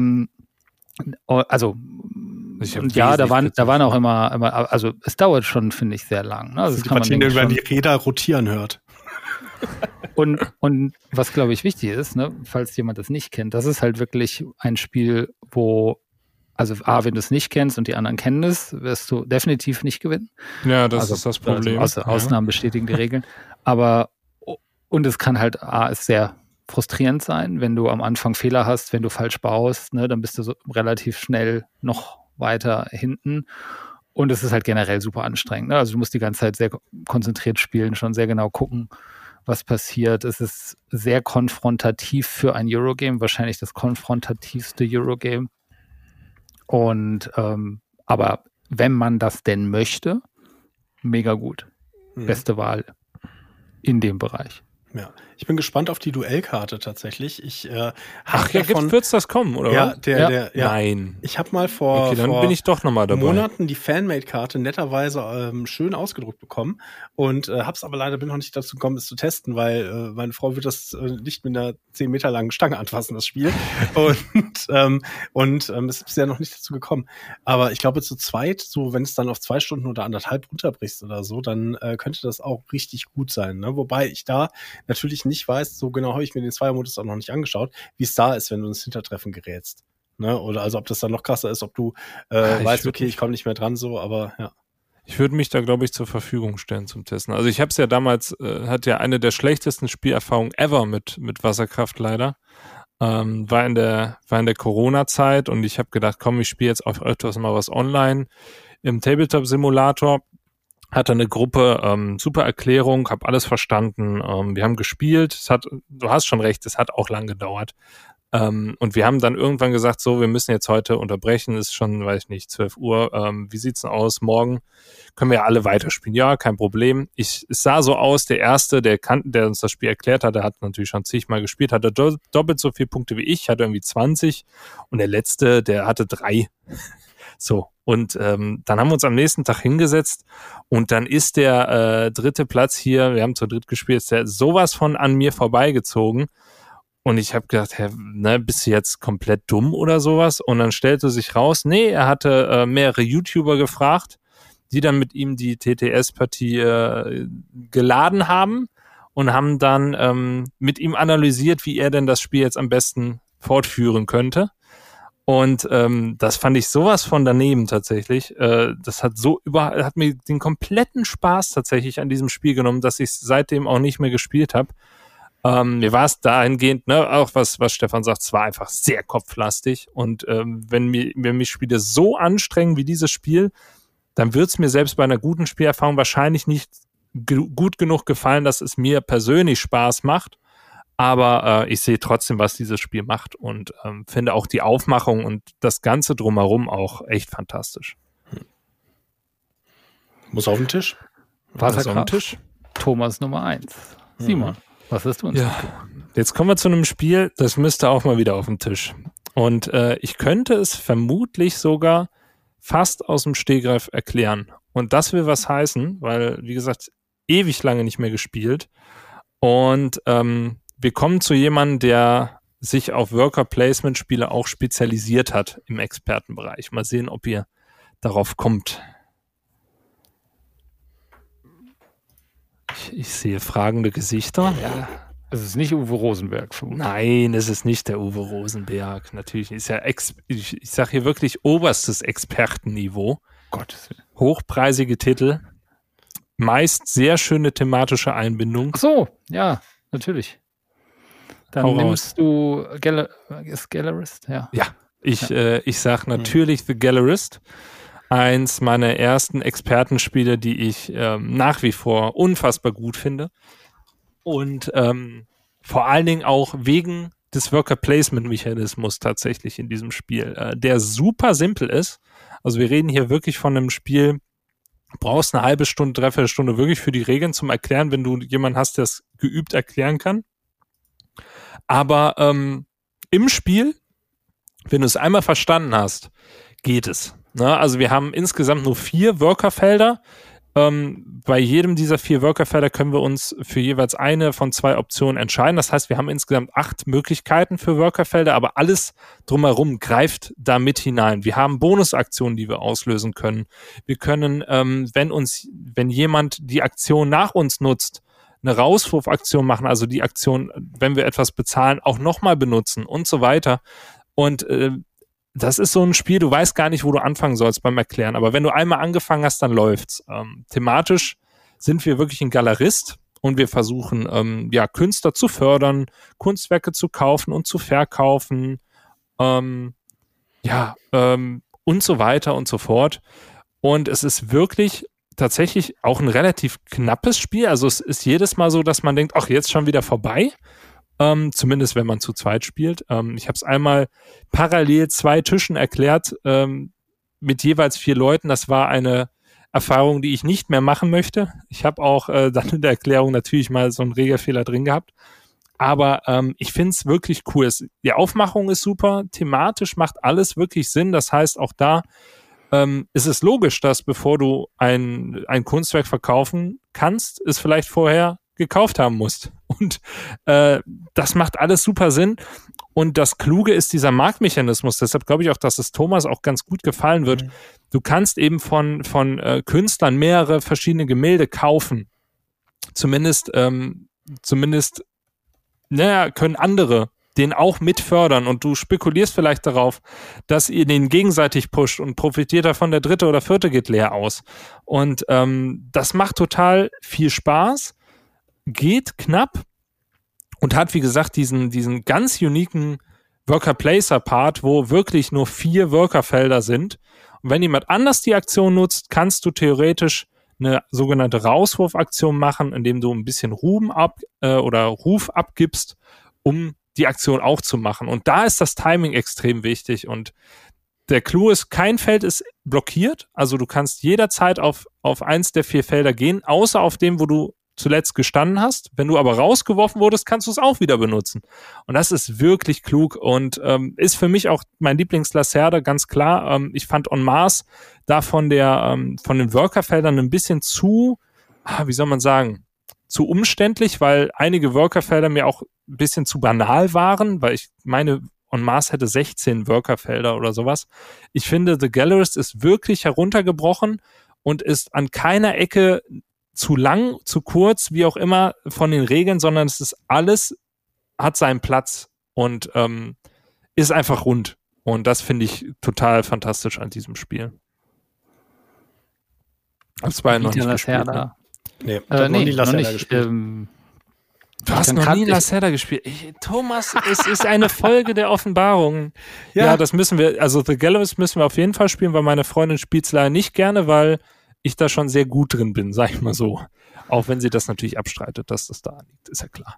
waren auch immer, also es dauert schon, finde ich, sehr lang. Ne? Also das die Partien, wenn man die Räder rotieren hört. Und was, glaube ich, wichtig ist, ne, falls jemand das nicht kennt, das ist halt wirklich ein Spiel, wo, also wenn du es nicht kennst und die anderen kennen es, wirst du definitiv nicht gewinnen. Ja, das ist das Problem. Also Ausnahmen bestätigen die Regeln. Aber, und es kann halt, ist sehr frustrierend sein, wenn du am Anfang Fehler hast, wenn du falsch baust, ne, dann bist du so relativ schnell noch weiter hinten. Und es ist halt generell super anstrengend. Ne? Also du musst die ganze Zeit sehr konzentriert spielen, schon sehr genau gucken, was passiert. Es ist sehr konfrontativ für ein Eurogame, wahrscheinlich das konfrontativste Eurogame. Und aber wenn man das denn möchte, mega gut. Beste Wahl in dem Bereich. Ja, ich bin gespannt auf die Duellkarte tatsächlich. Wird's das kommen, oder? Ja. Nein. Ich habe mal vor bin ich doch noch mal dabei. Monaten die Fanmade-Karte netterweise schön ausgedruckt bekommen und hab's aber leider bin noch nicht dazu gekommen, es zu testen, weil meine Frau wird das nicht mit einer 10 Meter langen Stange anfassen, das Spiel. und es ist bisher noch nicht dazu gekommen. Aber ich glaube, zu zweit, so wenn es dann auf 2 Stunden oder 1,5 runterbrichst oder so, dann könnte das auch richtig gut sein. Ne? Wobei ich da natürlich nicht weiß, so genau habe ich mir den Zweiermodus auch noch nicht angeschaut, wie es da ist, wenn du ins Hintertreffen gerätst. Ne? Oder also ob das dann noch krasser ist, ob du weißt, okay, ich komme nicht mehr dran, so, aber ja. Ich würde mich da, glaube ich, zur Verfügung stellen zum Testen. Also ich habe es ja damals, hat ja eine der schlechtesten Spielerfahrungen ever mit Wasserkraft leider. War in der Corona-Zeit und ich habe gedacht, komm, ich spiele jetzt auf öfters mal was online im Tabletop-Simulator. Hatte eine Gruppe, super Erklärung, habe alles verstanden. Wir haben gespielt. Du hast schon recht, es hat auch lang gedauert. Und wir haben dann irgendwann gesagt, so, wir müssen jetzt heute unterbrechen. Ist schon, weiß ich nicht, 12 Uhr. Wie sieht's denn aus? Morgen können wir ja alle weiterspielen. Ja, kein Problem. Es sah so aus, der Erste, der uns das Spiel erklärt hat, der hat natürlich schon zigmal gespielt, hatte doppelt so viele Punkte wie ich, hatte irgendwie 20. Und der Letzte, der hatte 3. So, und dann haben wir uns am nächsten Tag hingesetzt und dann ist der 3. Platz hier, wir haben zu dritt gespielt, ist der sowas von an mir vorbeigezogen und ich habe gedacht, bist du jetzt komplett dumm oder sowas? Und dann stellte sich raus, nee, er hatte mehrere YouTuber gefragt, die dann mit ihm die TTS-Partie geladen haben und haben dann mit ihm analysiert, wie er denn das Spiel jetzt am besten fortführen könnte. Und das fand ich sowas von daneben tatsächlich. Das hat mir den kompletten Spaß tatsächlich an diesem Spiel genommen, dass ich es seitdem auch nicht mehr gespielt habe. Mir war es dahingehend, ne, auch was Stefan sagt, es war einfach sehr kopflastig. Und wenn mich Spiele so anstrengen wie dieses Spiel, dann wird es mir selbst bei einer guten Spielerfahrung wahrscheinlich nicht gut genug gefallen, dass es mir persönlich Spaß macht. Aber ich sehe trotzdem, was dieses Spiel macht und finde auch die Aufmachung und das Ganze drumherum auch echt fantastisch. Muss auf den Tisch. Was auf den Tisch? Thomas Nummer 1. Simon, was hast du uns mitgebracht? Jetzt kommen wir zu einem Spiel, das müsste auch mal wieder auf den Tisch. Und ich könnte es vermutlich sogar fast aus dem Stegreif erklären. Und das will was heißen, weil, wie gesagt, ewig lange nicht mehr gespielt. Und wir kommen zu jemandem, der sich auf Worker-Placement-Spiele auch spezialisiert hat im Expertenbereich. Mal sehen, ob ihr darauf kommt. Ich sehe fragende Gesichter. Ja. Es ist nicht Uwe Rosenberg. Nein, es ist nicht der Uwe Rosenberg. Natürlich ist ja, ich sage hier wirklich oberstes Expertenniveau. Gottes Willen. Hochpreisige Titel. Meist sehr schöne thematische Einbindung. Ach so, ja, natürlich. Dann nimmst du Gallerist, ja. Ja, ich sag natürlich The Gallerist. Eins meiner ersten Expertenspiele, die ich nach wie vor unfassbar gut finde. Und vor allen Dingen auch wegen des Worker-Placement-Mechanismus tatsächlich in diesem Spiel, der super simpel ist. Also wir reden hier wirklich von einem Spiel, brauchst eine halbe Stunde, dreiviertel Stunde wirklich für die Regeln zum Erklären, wenn du jemanden hast, der es geübt erklären kann. Aber im Spiel, wenn du es einmal verstanden hast, geht es. Ne? Also wir haben insgesamt nur 4 Workerfelder. Bei jedem dieser 4 Workerfelder können wir uns für jeweils eine von 2 Optionen entscheiden. Das heißt, wir haben insgesamt 8 Möglichkeiten für Workerfelder, aber alles drumherum greift da mit hinein. Wir haben Bonusaktionen, die wir auslösen können. Wir können, wenn jemand die Aktion nach uns nutzt, eine Rauswurfaktion machen, also die Aktion, wenn wir etwas bezahlen, auch nochmal benutzen und so weiter. Und das ist so ein Spiel, du weißt gar nicht, wo du anfangen sollst beim Erklären. Aber wenn du einmal angefangen hast, dann läuft's. Thematisch sind wir wirklich ein Galerist und wir versuchen, Künstler zu fördern, Kunstwerke zu kaufen und zu verkaufen, und so weiter und so fort. Und es ist wirklich tatsächlich auch ein relativ knappes Spiel. Also es ist jedes Mal so, dass man denkt, ach, jetzt schon wieder vorbei. Zumindest wenn man zu zweit spielt. Ich habe es einmal parallel 2 Tischen erklärt, mit jeweils 4 Leuten. Das war eine Erfahrung, die ich nicht mehr machen möchte. Ich habe auch dann in der Erklärung natürlich mal so einen Regelfehler drin gehabt. Aber ich finde es wirklich cool. Die Aufmachung ist super, thematisch macht alles wirklich Sinn. Das heißt, auch da ist es logisch, dass bevor du ein Kunstwerk verkaufen kannst, es vielleicht vorher gekauft haben musst. Und das macht alles super Sinn. Und das Kluge ist dieser Marktmechanismus. Deshalb glaube ich auch, dass es Thomas auch ganz gut gefallen wird. Du kannst eben von Künstlern mehrere verschiedene Gemälde kaufen. Zumindest können andere den auch mit fördern und du spekulierst vielleicht darauf, dass ihr den gegenseitig pusht und profitiert davon, der 3. oder 4. geht leer aus. Und das macht total viel Spaß, geht knapp und hat, wie gesagt, diesen ganz uniken Worker-Placer-Part, wo wirklich nur 4 Workerfelder sind. Und wenn jemand anders die Aktion nutzt, kannst du theoretisch eine sogenannte Rauswurfaktion machen, indem du ein bisschen Ruf abgibst, um die Aktion auch zu machen. Und da ist das Timing extrem wichtig. Und der Clou ist, kein Feld ist blockiert. Also du kannst jederzeit auf eins der 4 Felder gehen, außer auf dem, wo du zuletzt gestanden hast. Wenn du aber rausgeworfen wurdest, kannst du es auch wieder benutzen. Und das ist wirklich klug und ist für mich auch mein Lieblings-Lacerda, ganz klar. Ich fand En Masse da von den Workerfeldern ein bisschen zu, wie soll man sagen, zu umständlich, weil einige Workerfelder mir auch ein bisschen zu banal waren, weil ich meine, En Masse hätte 16 Workerfelder oder sowas. Ich finde, The Gallerist ist wirklich heruntergebrochen und ist an keiner Ecke zu lang, zu kurz, wie auch immer von den Regeln, sondern es ist alles, hat seinen Platz und ist einfach rund. Und das finde ich total fantastisch an diesem Spiel. Hab's bei noch nicht gespielt. Nee, ich habe noch nie Lacerda gespielt. Du hast noch nie Lacerda gespielt. Thomas, es ist eine Folge der Offenbarung. Ja, das müssen wir, also The Gallerist müssen wir auf jeden Fall spielen, weil meine Freundin spielt es leider nicht gerne, weil ich da schon sehr gut drin bin, sag ich mal so. Auch wenn sie das natürlich abstreitet, dass das da liegt, ist ja klar.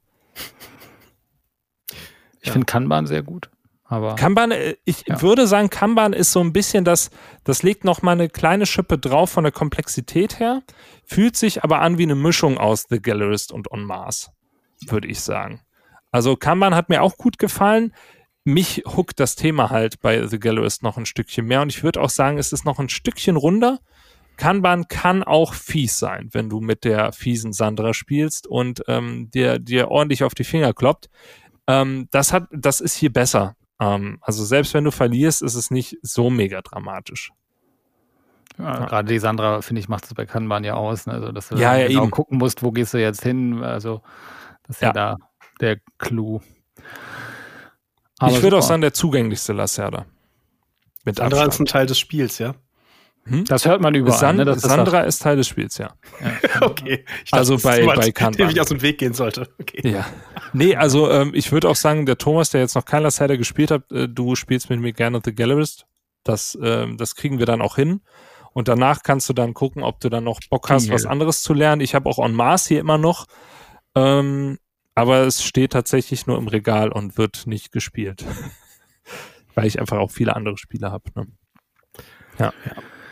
Ich finde Kanban sehr gut. Aber Kanban, ich würde sagen, Kanban ist so ein bisschen das legt noch mal eine kleine Schippe drauf von der Komplexität her, fühlt sich aber an wie eine Mischung aus The Gallerist und En Masse, würde ich sagen. Also Kanban hat mir auch gut gefallen. Mich hookt das Thema halt bei The Gallerist noch ein Stückchen mehr und ich würde auch sagen, es ist noch ein Stückchen runder. Kanban kann auch fies sein, wenn du mit der fiesen Sandra spielst und dir ordentlich auf die Finger kloppt. Das ist hier besser. Also selbst wenn du verlierst, ist es nicht so mega dramatisch. Ja. Gerade die Sandra, finde ich, macht es bei Kanban ja aus. Ne? Also, dass du genau eben gucken musst, wo gehst du jetzt hin. Also das ist ja da der Clou. Aber ich würde auch sagen, der zugänglichste Lacerda. Mit Sandra ist ein Teil des Spiels, ja? Das hört man überall. Sandra ist Teil des Spiels, ja. Okay. Also bei Kanban. Dem ich aus dem Weg gehen sollte. Okay. Ja. Nee, also ich würde auch sagen, der Thomas, der jetzt noch kein Lacerda gespielt hat, du spielst mit mir gerne The Gallerist. Das kriegen wir dann auch hin. Und danach kannst du dann gucken, ob du dann noch Bock hast, was anderes zu lernen. Ich habe auch En Masse hier immer noch. Aber es steht tatsächlich nur im Regal und wird nicht gespielt. Weil ich einfach auch viele andere Spiele habe. Ne? Ja.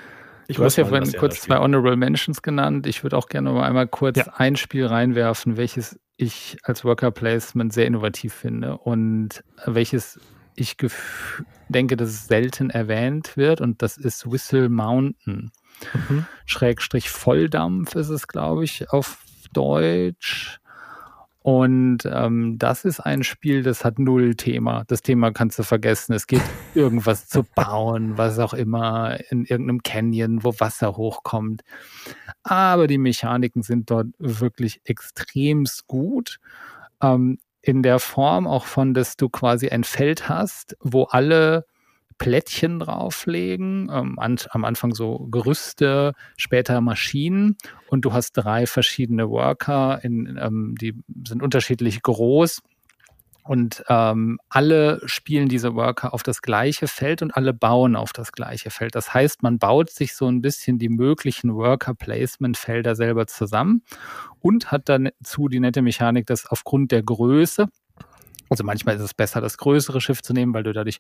Du hast ja vorhin kurz 2 Honorable Mentions genannt. Ich würde auch gerne noch einmal kurz ein Spiel reinwerfen, welches ich als Worker Placement sehr innovativ finde und welches ich denke, dass es selten erwähnt wird, und das ist Whistle Mountain. Schrägstrich Volldampf ist es, glaube ich, auf Deutsch. Und das ist ein Spiel, das hat null Thema. Das Thema kannst du vergessen. Es geht irgendwas zu bauen, was auch immer, in irgendeinem Canyon, wo Wasser hochkommt. Aber die Mechaniken sind dort wirklich extremst gut. In der Form auch von, dass du quasi ein Feld hast, wo alle Plättchen drauflegen, am Anfang so Gerüste, später Maschinen, und du hast 3 verschiedene Worker, die sind unterschiedlich groß, und alle spielen diese Worker auf das gleiche Feld und alle bauen auf das gleiche Feld. Das heißt, man baut sich so ein bisschen die möglichen Worker-Placement-Felder selber zusammen und hat dazu die nette Mechanik, dass aufgrund der Größe, also manchmal ist es besser, das größere Schiff zu nehmen, weil du dadurch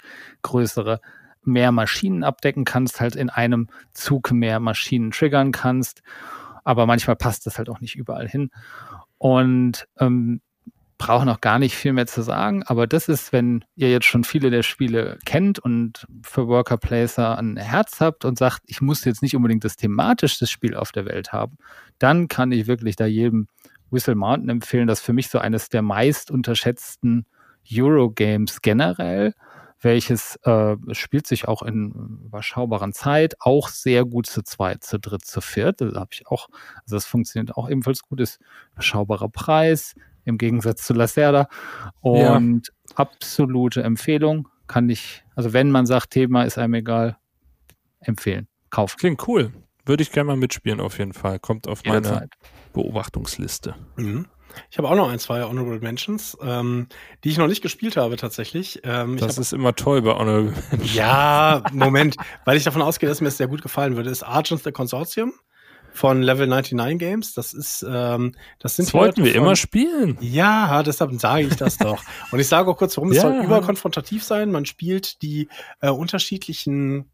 mehr Maschinen abdecken kannst, halt in einem Zug mehr Maschinen triggern kannst. Aber manchmal passt das halt auch nicht überall hin. Und brauche noch gar nicht viel mehr zu sagen, aber das ist, wenn ihr jetzt schon viele der Spiele kennt und für Worker Placer ein Herz habt und sagt, ich muss jetzt nicht unbedingt das thematischste Spiel auf der Welt haben, dann kann ich wirklich da jedem Whistle Mountain empfehlen. Das ist für mich so eines der meist unterschätzten Eurogames generell, welches spielt sich auch in überschaubaren Zeit auch sehr gut zu zweit, zu dritt, zu viert. Das habe ich auch, also das funktioniert auch ebenfalls gut, ist überschaubarer Preis, im Gegensatz zu Lacerda. Und absolute Empfehlung, kann ich, also wenn man sagt, Thema ist einem egal, empfehlen, kaufen. Klingt cool. Würde ich gerne mal mitspielen auf jeden Fall. Kommt auf meine Beobachtungsliste. Mhm. Ich habe auch noch 2 Honorable Mentions, die ich noch nicht gespielt habe tatsächlich. Das ist immer toll bei Honorable Mentions. Ja, Moment, weil ich davon ausgehe, dass mir das sehr gut gefallen würde, ist Argent the Consortium von Level 99 Games. Das wollten wir immer spielen. Ja, deshalb sage ich das doch. Und ich sage auch kurz, warum es soll überkonfrontativ sein. Man spielt die unterschiedlichen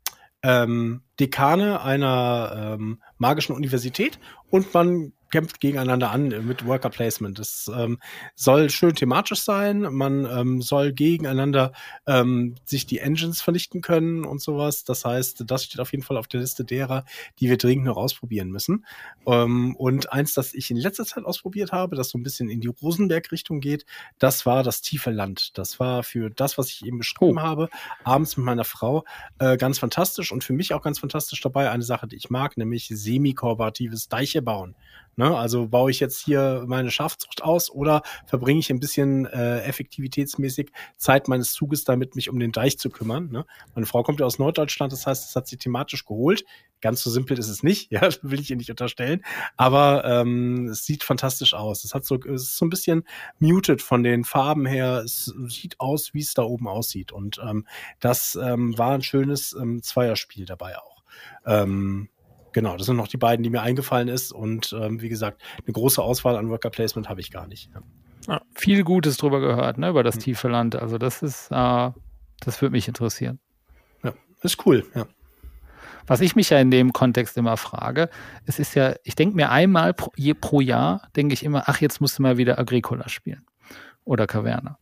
Dekane einer magischen Universität und man kämpft gegeneinander an mit Worker Placement. Das soll schön thematisch sein. Man soll gegeneinander sich die Engines vernichten können und sowas. Das heißt, das steht auf jeden Fall auf der Liste derer, die wir dringend noch ausprobieren müssen. Und eins, das ich in letzter Zeit ausprobiert habe, das so ein bisschen in die Rosenberg-Richtung geht, das war das tiefe Land. Das war für das, was ich eben beschrieben habe, abends mit meiner Frau ganz fantastisch und für mich auch ganz fantastisch dabei. Eine Sache, die ich mag, nämlich semi-kooperatives Deiche bauen. Ne? Also baue ich jetzt hier meine Schafzucht aus oder verbringe ich ein bisschen effektivitätsmäßig Zeit meines Zuges damit, mich um den Deich zu kümmern. Ne? Meine Frau kommt ja aus Norddeutschland, das heißt, das hat sie thematisch geholt. Ganz so simpel ist es nicht, ja, das will ich ihr nicht unterstellen. Aber es sieht fantastisch aus. Es ist so ein bisschen muted von den Farben her. Es sieht aus, wie es da oben aussieht. Und das war ein schönes Zweierspiel dabei auch. Genau, das sind noch die beiden, die mir eingefallen ist. Und wie gesagt, eine große Auswahl an Worker Placement habe ich gar nicht. Ja, viel Gutes drüber gehört, ne, über das tiefe Land. Also das ist, das würde mich interessieren. Ja, ist cool, ja. Was ich mich ja in dem Kontext immer frage, es ist ja, ich denke mir einmal pro Jahr, denke ich immer, ach, jetzt musst du mal wieder Agricola spielen oder Caverna.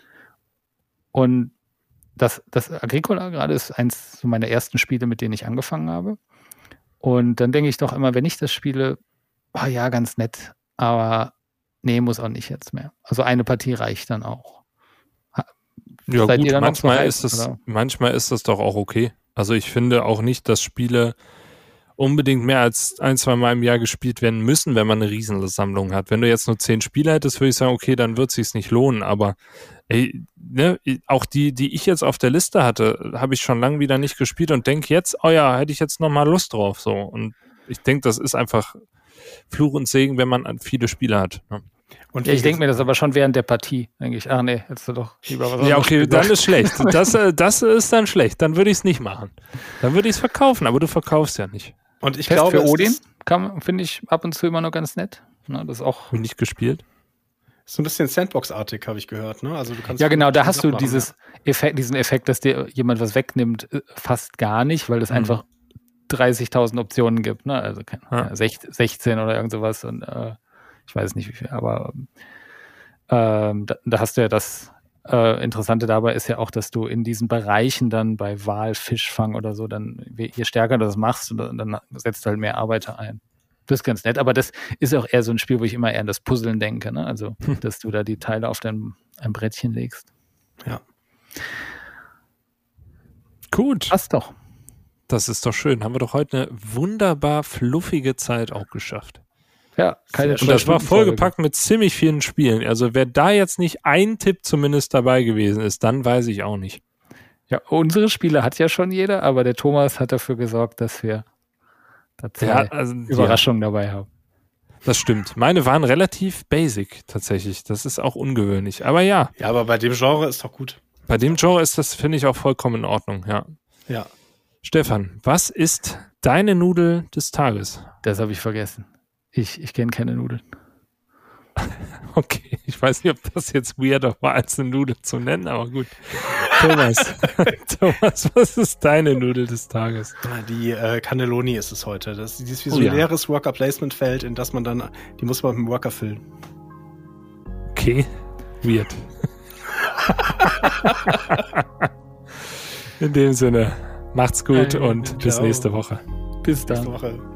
Und das Agricola gerade ist eins so meiner ersten Spiele, mit denen ich angefangen habe. Und dann denke ich doch immer, wenn ich das spiele, ja, ganz nett, aber nee, muss auch nicht jetzt mehr. Also eine Partie reicht dann auch. Ja gut, manchmal ist das doch auch okay. Also ich finde auch nicht, dass Spiele unbedingt mehr als 1-2 Mal im Jahr gespielt werden müssen, wenn man eine Riesensammlung hat. Wenn du jetzt nur 10 Spiele hättest, würde ich sagen, okay, dann wird es sich nicht lohnen. Aber auch die ich jetzt auf der Liste hatte, habe ich schon lange wieder nicht gespielt und denke jetzt, oh ja, hätte ich jetzt nochmal Lust drauf. So. Und ich denke, das ist einfach Fluch und Segen, wenn man viele Spiele hat. Ne? Und ja, ich denke mir das aber schon während der Partie. Denke ich, nee, hättest du doch lieber was anderes. Ja, okay, dann ist schlecht. Das ist dann schlecht. Dann würde ich es nicht machen. Dann würde ich es verkaufen, aber du verkaufst ja nicht. Und ich glaube, für Odin finde ich ab und zu immer noch ganz nett. Na, das auch. Nicht gespielt. So ein bisschen Sandbox-artig, habe ich gehört. Ne? Also du kannst ja, genau, da hast du diesen Effekt, dass dir jemand was wegnimmt, fast gar nicht, weil das einfach 30.000 Optionen gibt, ne? Also 16 oder irgend sowas und ich weiß nicht wie viel, aber da hast du ja das Interessante dabei ist ja auch, dass du in diesen Bereichen dann bei Wal, Fischfang oder so, dann je stärker du das machst, dann setzt du halt mehr Arbeiter ein. Das ist ganz nett, aber das ist auch eher so ein Spiel, wo ich immer eher an das Puzzeln denke, ne? Also, dass du da die Teile auf ein Brettchen legst. Ja. Gut. Passt doch. Das ist doch schön. Haben wir doch heute eine wunderbar fluffige Zeit auch geschafft. Ja, keine Und das war vollgepackt mit ziemlich vielen Spielen. Also wer da jetzt nicht ein Tipp zumindest dabei gewesen ist, dann weiß ich auch nicht. Ja, unsere Spiele hat ja schon jeder, aber der Thomas hat dafür gesorgt, dass wir da Überraschungen dabei haben. Das stimmt. Meine waren relativ basic tatsächlich. Das ist auch ungewöhnlich. Aber ja. Ja, aber bei dem Genre ist doch gut. Bei dem Genre ist das, finde ich, auch vollkommen in Ordnung, ja. Ja. Stefan, was ist deine Nudel des Tages? Das habe ich vergessen. Ich kenne keine Nudeln. Okay, ich weiß nicht, ob das jetzt weirder war, als eine Nudel zu nennen, aber gut. Thomas, was ist deine Nudel des Tages? Die Cannelloni ist es heute. Dieses wie so ein leeres Worker-Placement-Feld, in das man dann, die muss man mit dem Worker füllen. Okay, weird. In dem Sinne, macht's gut und bis nächste Woche. Bis dann. Nächste Woche.